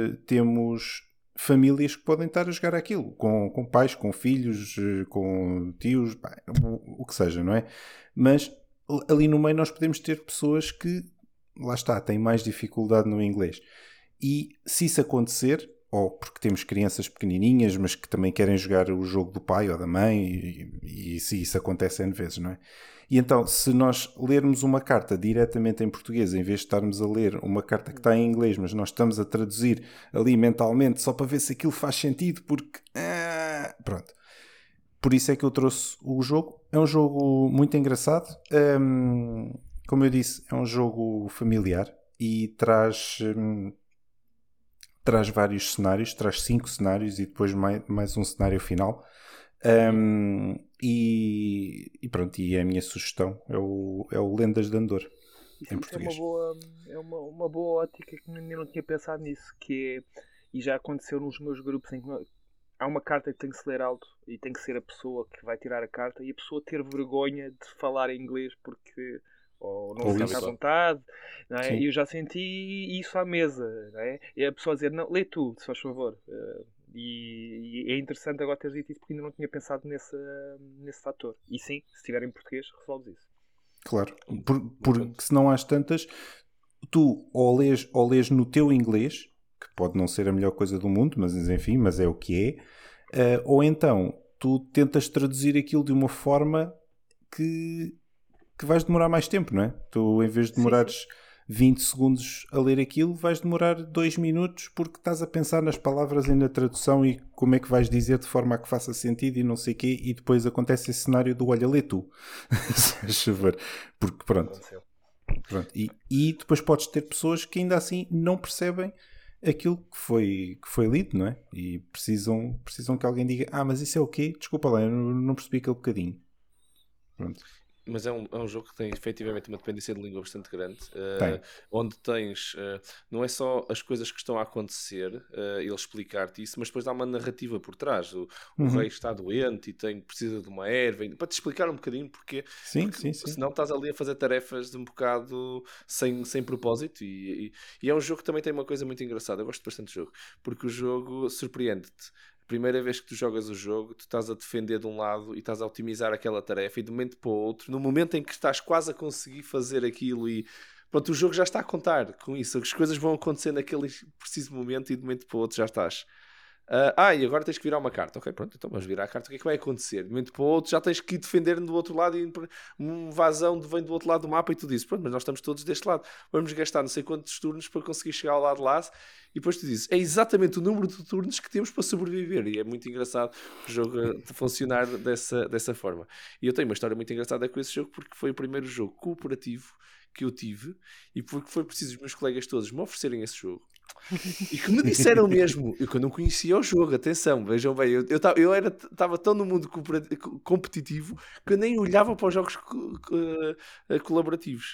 famílias que podem estar a jogar aquilo, com pais, com filhos, com tios, o que seja, não é? Mas ali no meio nós podemos ter pessoas que, lá está, têm mais dificuldade no inglês. E se isso acontecer, ou porque temos crianças pequenininhas, mas que também querem jogar o jogo do pai ou da mãe, e se isso acontece N vezes, não é? E então, se nós lermos uma carta diretamente em português, em vez de estarmos a ler uma carta que está em inglês, mas nós estamos a traduzir ali mentalmente, só para ver se aquilo faz sentido, porque... pronto. Por isso é que eu trouxe o jogo. É um jogo muito engraçado. Como eu disse, é um jogo familiar e traz vários cenários, traz 5 cenários e depois mais um cenário final. E pronto, e a minha sugestão é o Lendas de Andor, em português. É uma boa ótica que eu não tinha pensado nisso, e já aconteceu nos meus grupos em que há uma carta que tem que se ler alto e tem que ser a pessoa que vai tirar a carta e a pessoa ter vergonha de falar em inglês porque ou não se sente à vontade, não é? E eu já senti isso à mesa, não é? E a pessoa dizer, não, lê tu, se faz favor. E é interessante agora teres dito isso porque ainda não tinha pensado nesse fator. E sim, se estiver em português, resolves isso. Claro, porque se não hás tantas, tu ou lês no teu inglês, que pode não ser a melhor coisa do mundo, mas enfim, mas é o que é, ou então tu tentas traduzir aquilo de uma forma que vais demorar mais tempo, não é? Tu, em vez de demorares 20 segundos a ler aquilo, vais demorar 2 minutos porque estás a pensar nas palavras e na tradução e como é que vais dizer de forma a que faça sentido e não sei o quê, e depois acontece esse cenário do olha, lê tu. Porque pronto. E depois podes ter pessoas que ainda assim não percebem aquilo que foi lido, não é? E precisam que alguém diga, mas isso é o quê? Desculpa lá, eu não percebi aquele bocadinho. Pronto. Mas é um jogo que tem efetivamente uma dependência de língua bastante grande, onde tens, não é só as coisas que estão a acontecer, ele explicar-te isso, mas depois dá uma narrativa por trás. O rei está doente e precisa de uma erva, para te explicar um bocadinho porque senão estás ali a fazer tarefas de um bocado sem propósito. E é um jogo que também tem uma coisa muito engraçada. Eu gosto bastante do jogo, porque o jogo surpreende-te. Primeira vez que tu jogas o jogo, tu estás a defender de um lado e estás a otimizar aquela tarefa, e de um momento para o outro, no momento em que estás quase a conseguir fazer aquilo, e pronto, o jogo já está a contar com isso, as coisas vão acontecer naquele preciso momento e de um momento para o outro já estás E agora tens que virar uma carta. Ok, pronto, então vamos virar a carta. O que é que vai acontecer? De um momento para o outro já tens que ir defender do outro lado e um vazão vem do outro lado do mapa e tu dizes, pronto, mas nós estamos todos deste lado. Vamos gastar não sei quantos turnos para conseguir chegar ao lado de lá. E depois tu dizes, é exatamente o número de turnos que temos para sobreviver. E é muito engraçado o jogo funcionar dessa forma. E eu tenho uma história muito engraçada com esse jogo porque foi o primeiro jogo cooperativo que eu tive e porque foi preciso os meus colegas todos me oferecerem esse jogo. E que me disseram mesmo, eu que eu não conhecia o jogo, atenção, vejam bem, eu estava tão no mundo competitivo que eu nem olhava para os jogos colaborativos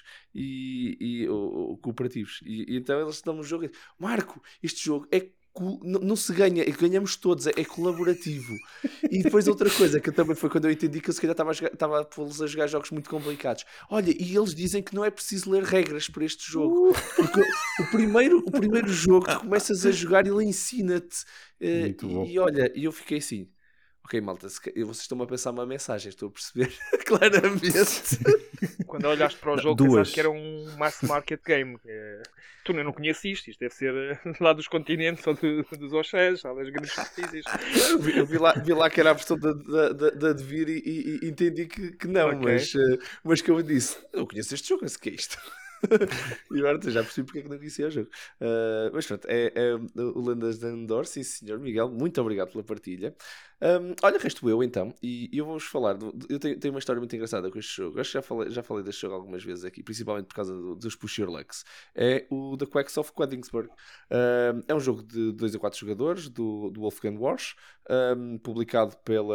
ou cooperativos. E então eles dão-me um jogo e dizem, Marco, este jogo não se ganha, ganhamos todos, é colaborativo. E depois outra coisa que também foi quando eu entendi que eu se calhar estava a pô-los a jogar jogos muito complicados. Olha, e eles dizem que não é preciso ler regras para este jogo, porque o primeiro jogo que começas a jogar ele ensina-te. E olha, e eu fiquei assim, ok, malta, vocês estão-me a pensar uma mensagem, estou a perceber claramente. Quando olhaste para o jogo, pensaste que era um mass market game. Tu não conheces isto deve ser lá dos continentes ou dos oceanos, ou das grandes superfícies. Eu vi lá que era a versão da Devir e entendi que não, okay. Mas como eu disse, eu conheço este jogo, mas o que é isto? E agora já percebi porque é que não conhecia o jogo. Mas pronto, é o Lendas de Andor, sim senhor Miguel, muito obrigado pela partilha. Olha, resto eu então, e eu vou-vos falar. Eu tenho uma história muito engraçada com este jogo. Acho que já falei deste jogo algumas vezes aqui, principalmente por causa dos Push Your Lucks. É o The Quacks of Quedlinburg. É um jogo de 2 a 4 jogadores do Wolfgang Warsch, publicado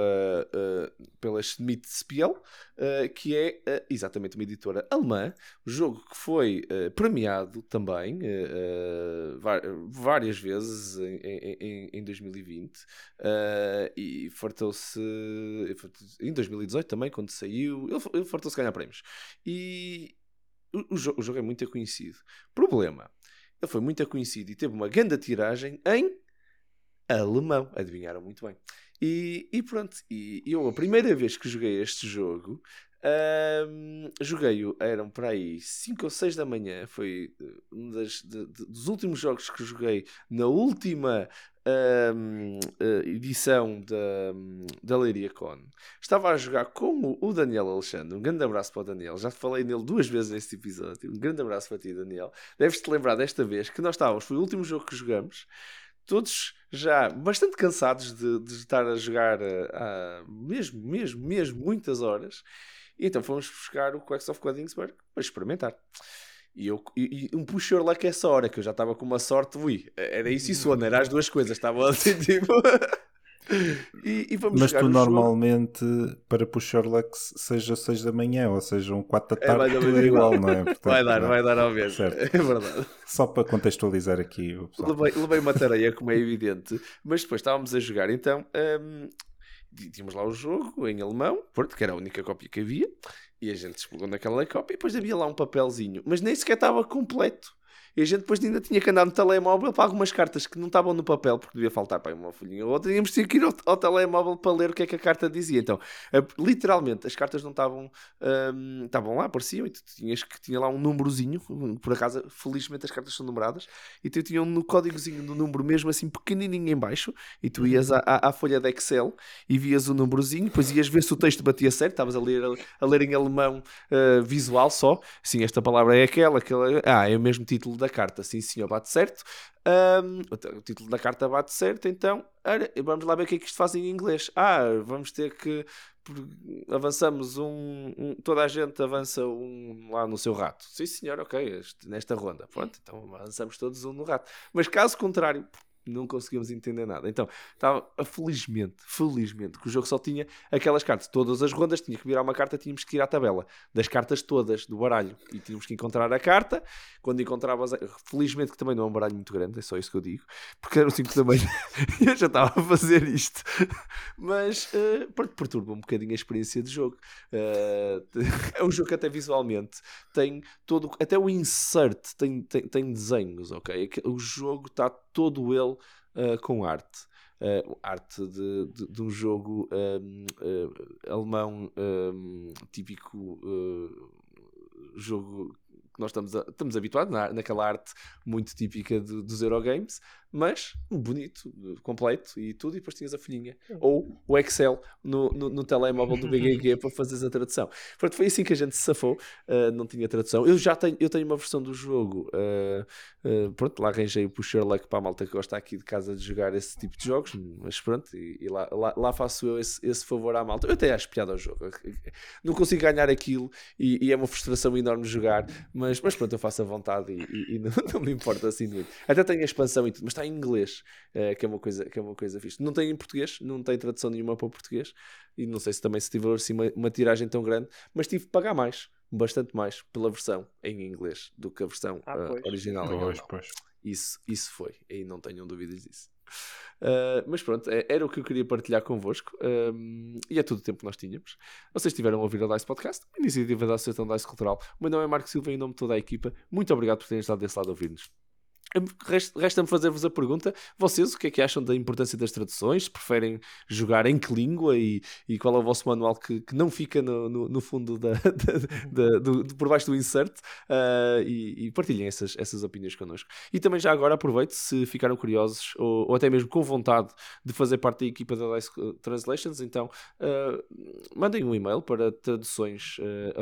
pela Schmidt Spiel, que é exatamente uma editora alemã. Jogo que foi premiado também várias vezes em 2020 e fartou-se em 2018 também, quando saiu. Ele fartou-se ganhar prémios. E o jogo é muito conhecido. Problema, ele foi muito conhecido e teve uma grande tiragem em alemão. Adivinharam muito bem. E pronto, e eu a primeira vez que joguei este jogo, joguei-o, eram para aí 5 ou 6 da manhã, foi um dos últimos jogos que joguei na última edição da Leiria Con. Estava a jogar com o Daniel Alexandre, um grande abraço para o Daniel, já falei nele 2 vezes neste episódio, um grande abraço para ti, Daniel. Deves-te lembrar desta vez que nós estávamos, foi o último jogo que jogamos, todos já bastante cansados de estar a jogar mesmo muitas horas. E então fomos buscar o Quacks of Quedlinburg para experimentar. E um push your luck essa hora, que eu já estava com uma sorte, era isso e sono, era as duas coisas, estava assim tipo... E vamos mas tu normalmente jogo. Para push your luck seja 6 da manhã ou seja 4 da tarde, tudo é igual, não é? Portanto, vai dar ao mesmo, certo. É verdade. Só para contextualizar aqui o pessoal. Levei uma tareia, como é evidente, mas depois estávamos a jogar, então tínhamos lá o jogo em alemão, que era a única cópia que havia, e a gente explorou naquela cópia, e depois havia lá um papelzinho, mas nem sequer estava completo. E a gente depois ainda tinha que andar no telemóvel para algumas cartas que não estavam no papel, porque devia faltar para uma folhinha ou outra, tínhamos que ir ao telemóvel para ler o que é que a carta dizia. Então, literalmente, as cartas não estavam lá, apareciam, e tinha lá um númerozinho, por acaso, felizmente as cartas são numeradas, e tu tinha um códigozinho do número mesmo assim pequenininho em baixo, e tu ias à folha de Excel e vias o númerozinho, depois ias ver se o texto batia certo, estavas a ler em alemão visual só, sim, esta palavra é aquela, é o mesmo título da carta, sim senhor, bate certo. O título da carta bate certo, então vamos lá ver o que é que isto faz em inglês. Vamos ter que avançamos toda a gente avança lá no seu rato. Sim senhor, ok, nesta ronda, pronto, então avançamos todos no rato, mas caso contrário não conseguimos entender nada. Então, estava felizmente que o jogo só tinha aquelas cartas. Todas as rondas tinha que virar uma carta, tínhamos que ir à tabela das cartas todas do baralho e tínhamos que encontrar a carta. Quando encontravas, felizmente que também não é um baralho muito grande, é só isso que eu digo, porque eram 5 da manhã e eu já estava a fazer isto, mas perturba um bocadinho a experiência de jogo. É um jogo que até visualmente tem todo, até o insert tem desenhos, ok? O jogo está todo ele com arte. Arte de um jogo alemão típico, jogo que nós estamos habituados naquela arte muito típica dos Eurogames, mas bonito, completo e tudo, e depois tinhas a folhinha. Ou o Excel no telemóvel do BGG para fazeres a tradução. Portanto, foi assim que a gente se safou, não tinha tradução. Eu tenho uma versão do jogo, pronto, lá arranjei o Pusher Luck para a malta que gosta aqui de casa de jogar esse tipo de jogos, mas pronto, e lá faço eu esse favor à malta. Eu até acho piada ao jogo, não consigo ganhar aquilo e é uma frustração enorme jogar, mas pronto, eu faço a vontade e não me importa assim muito. Até tenho a expansão e tudo, mas está em inglês, que é uma coisa fixe. Não tem em português, não tem tradução nenhuma para o português, e não sei se também se tive assim uma tiragem tão grande, mas tive que pagar mais, bastante mais, pela versão em inglês do que a versão original. Pois. Isso foi, aí não tenham dúvidas disso. Mas pronto, era o que eu queria partilhar convosco, e é todo o tempo que nós tínhamos. Vocês estiveram a ouvir a DICE Podcast, uma iniciativa da Associação DICE Cultural. O meu nome é Marco Silva e em nome de toda a equipa, muito obrigado por terem estado desse lado a ouvir-nos. Resta-me fazer-vos a pergunta: vocês o que é que acham da importância das traduções? Preferem jogar em que língua e qual é o vosso manual que não fica no fundo por baixo do insert? E partilhem essas opiniões connosco. E também já agora aproveito, se ficaram curiosos ou até mesmo com vontade de fazer parte da equipa da DICE Translations, então mandem um e-mail para traduções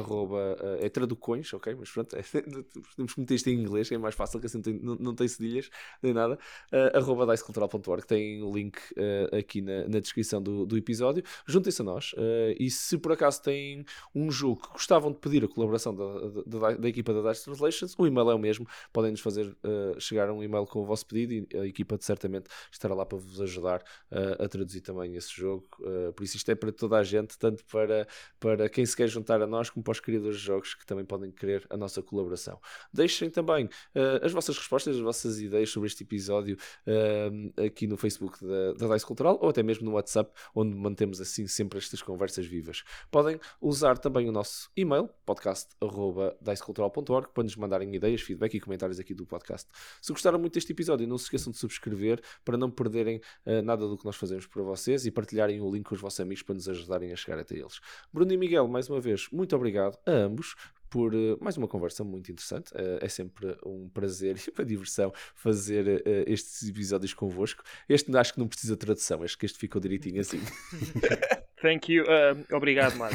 é traducões, ok? Mas pronto, podemos meter isto em inglês, é mais fácil, que assim não tem cedilhas nem nada, @dicecultural.org, tem o link aqui na descrição do episódio. Juntem-se a nós, e se por acaso têm um jogo que gostavam de pedir a colaboração da equipa da DICE Translations, o e-mail é o mesmo, podem-nos fazer chegar um e-mail com o vosso pedido e a equipa certamente estará lá para vos ajudar a traduzir também esse jogo. Por isso isto é para toda a gente, tanto para quem se quer juntar a nós como para os criadores de jogos que também podem querer a nossa colaboração. Deixem também as vossas respostas, as vossas ideias sobre este episódio aqui no Facebook da DICE Cultural ou até mesmo no WhatsApp, onde mantemos assim sempre estas conversas vivas. Podem usar também o nosso e-mail, podcast@dicecultural.org, para nos mandarem ideias, feedback e comentários aqui do podcast. Se gostaram muito deste episódio, não se esqueçam de subscrever para não perderem nada do que nós fazemos para vocês e partilharem o link com os vossos amigos para nos ajudarem a chegar até eles. Bruno e Miguel, mais uma vez, muito obrigado a ambos por mais uma conversa muito interessante. É sempre um prazer e uma diversão fazer estes episódios convosco. Este acho que não precisa de tradução, acho que este ficou direitinho assim. Thank you. Obrigado, Marco.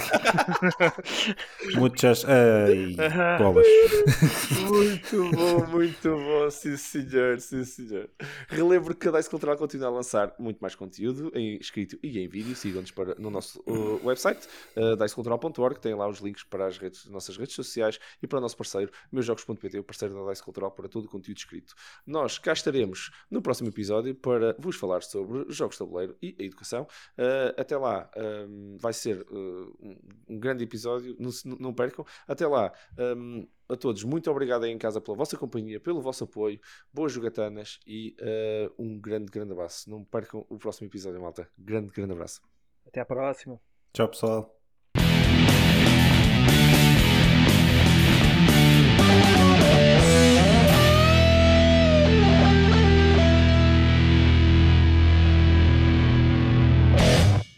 Muitas bolas. Muito bom, sim senhor. Relembro que a DICE Cultural continua a lançar muito mais conteúdo em escrito e em vídeo. Sigam-nos no nosso website, dicecultural.org, tem lá os links para as nossas redes sociais e para o nosso parceiro, meusjogos.pt, o parceiro da DICE Cultural para todo o conteúdo escrito. Nós cá estaremos no próximo episódio para vos falar sobre jogos de tabuleiro e a educação. Até lá, vai ser um grande episódio, não percam. Até lá, a todos, muito obrigado aí em casa pela vossa companhia, pelo vosso apoio, boas jogatanas e um grande abraço. Não percam o próximo episódio, malta. Grande abraço. Até à próxima. Tchau, pessoal.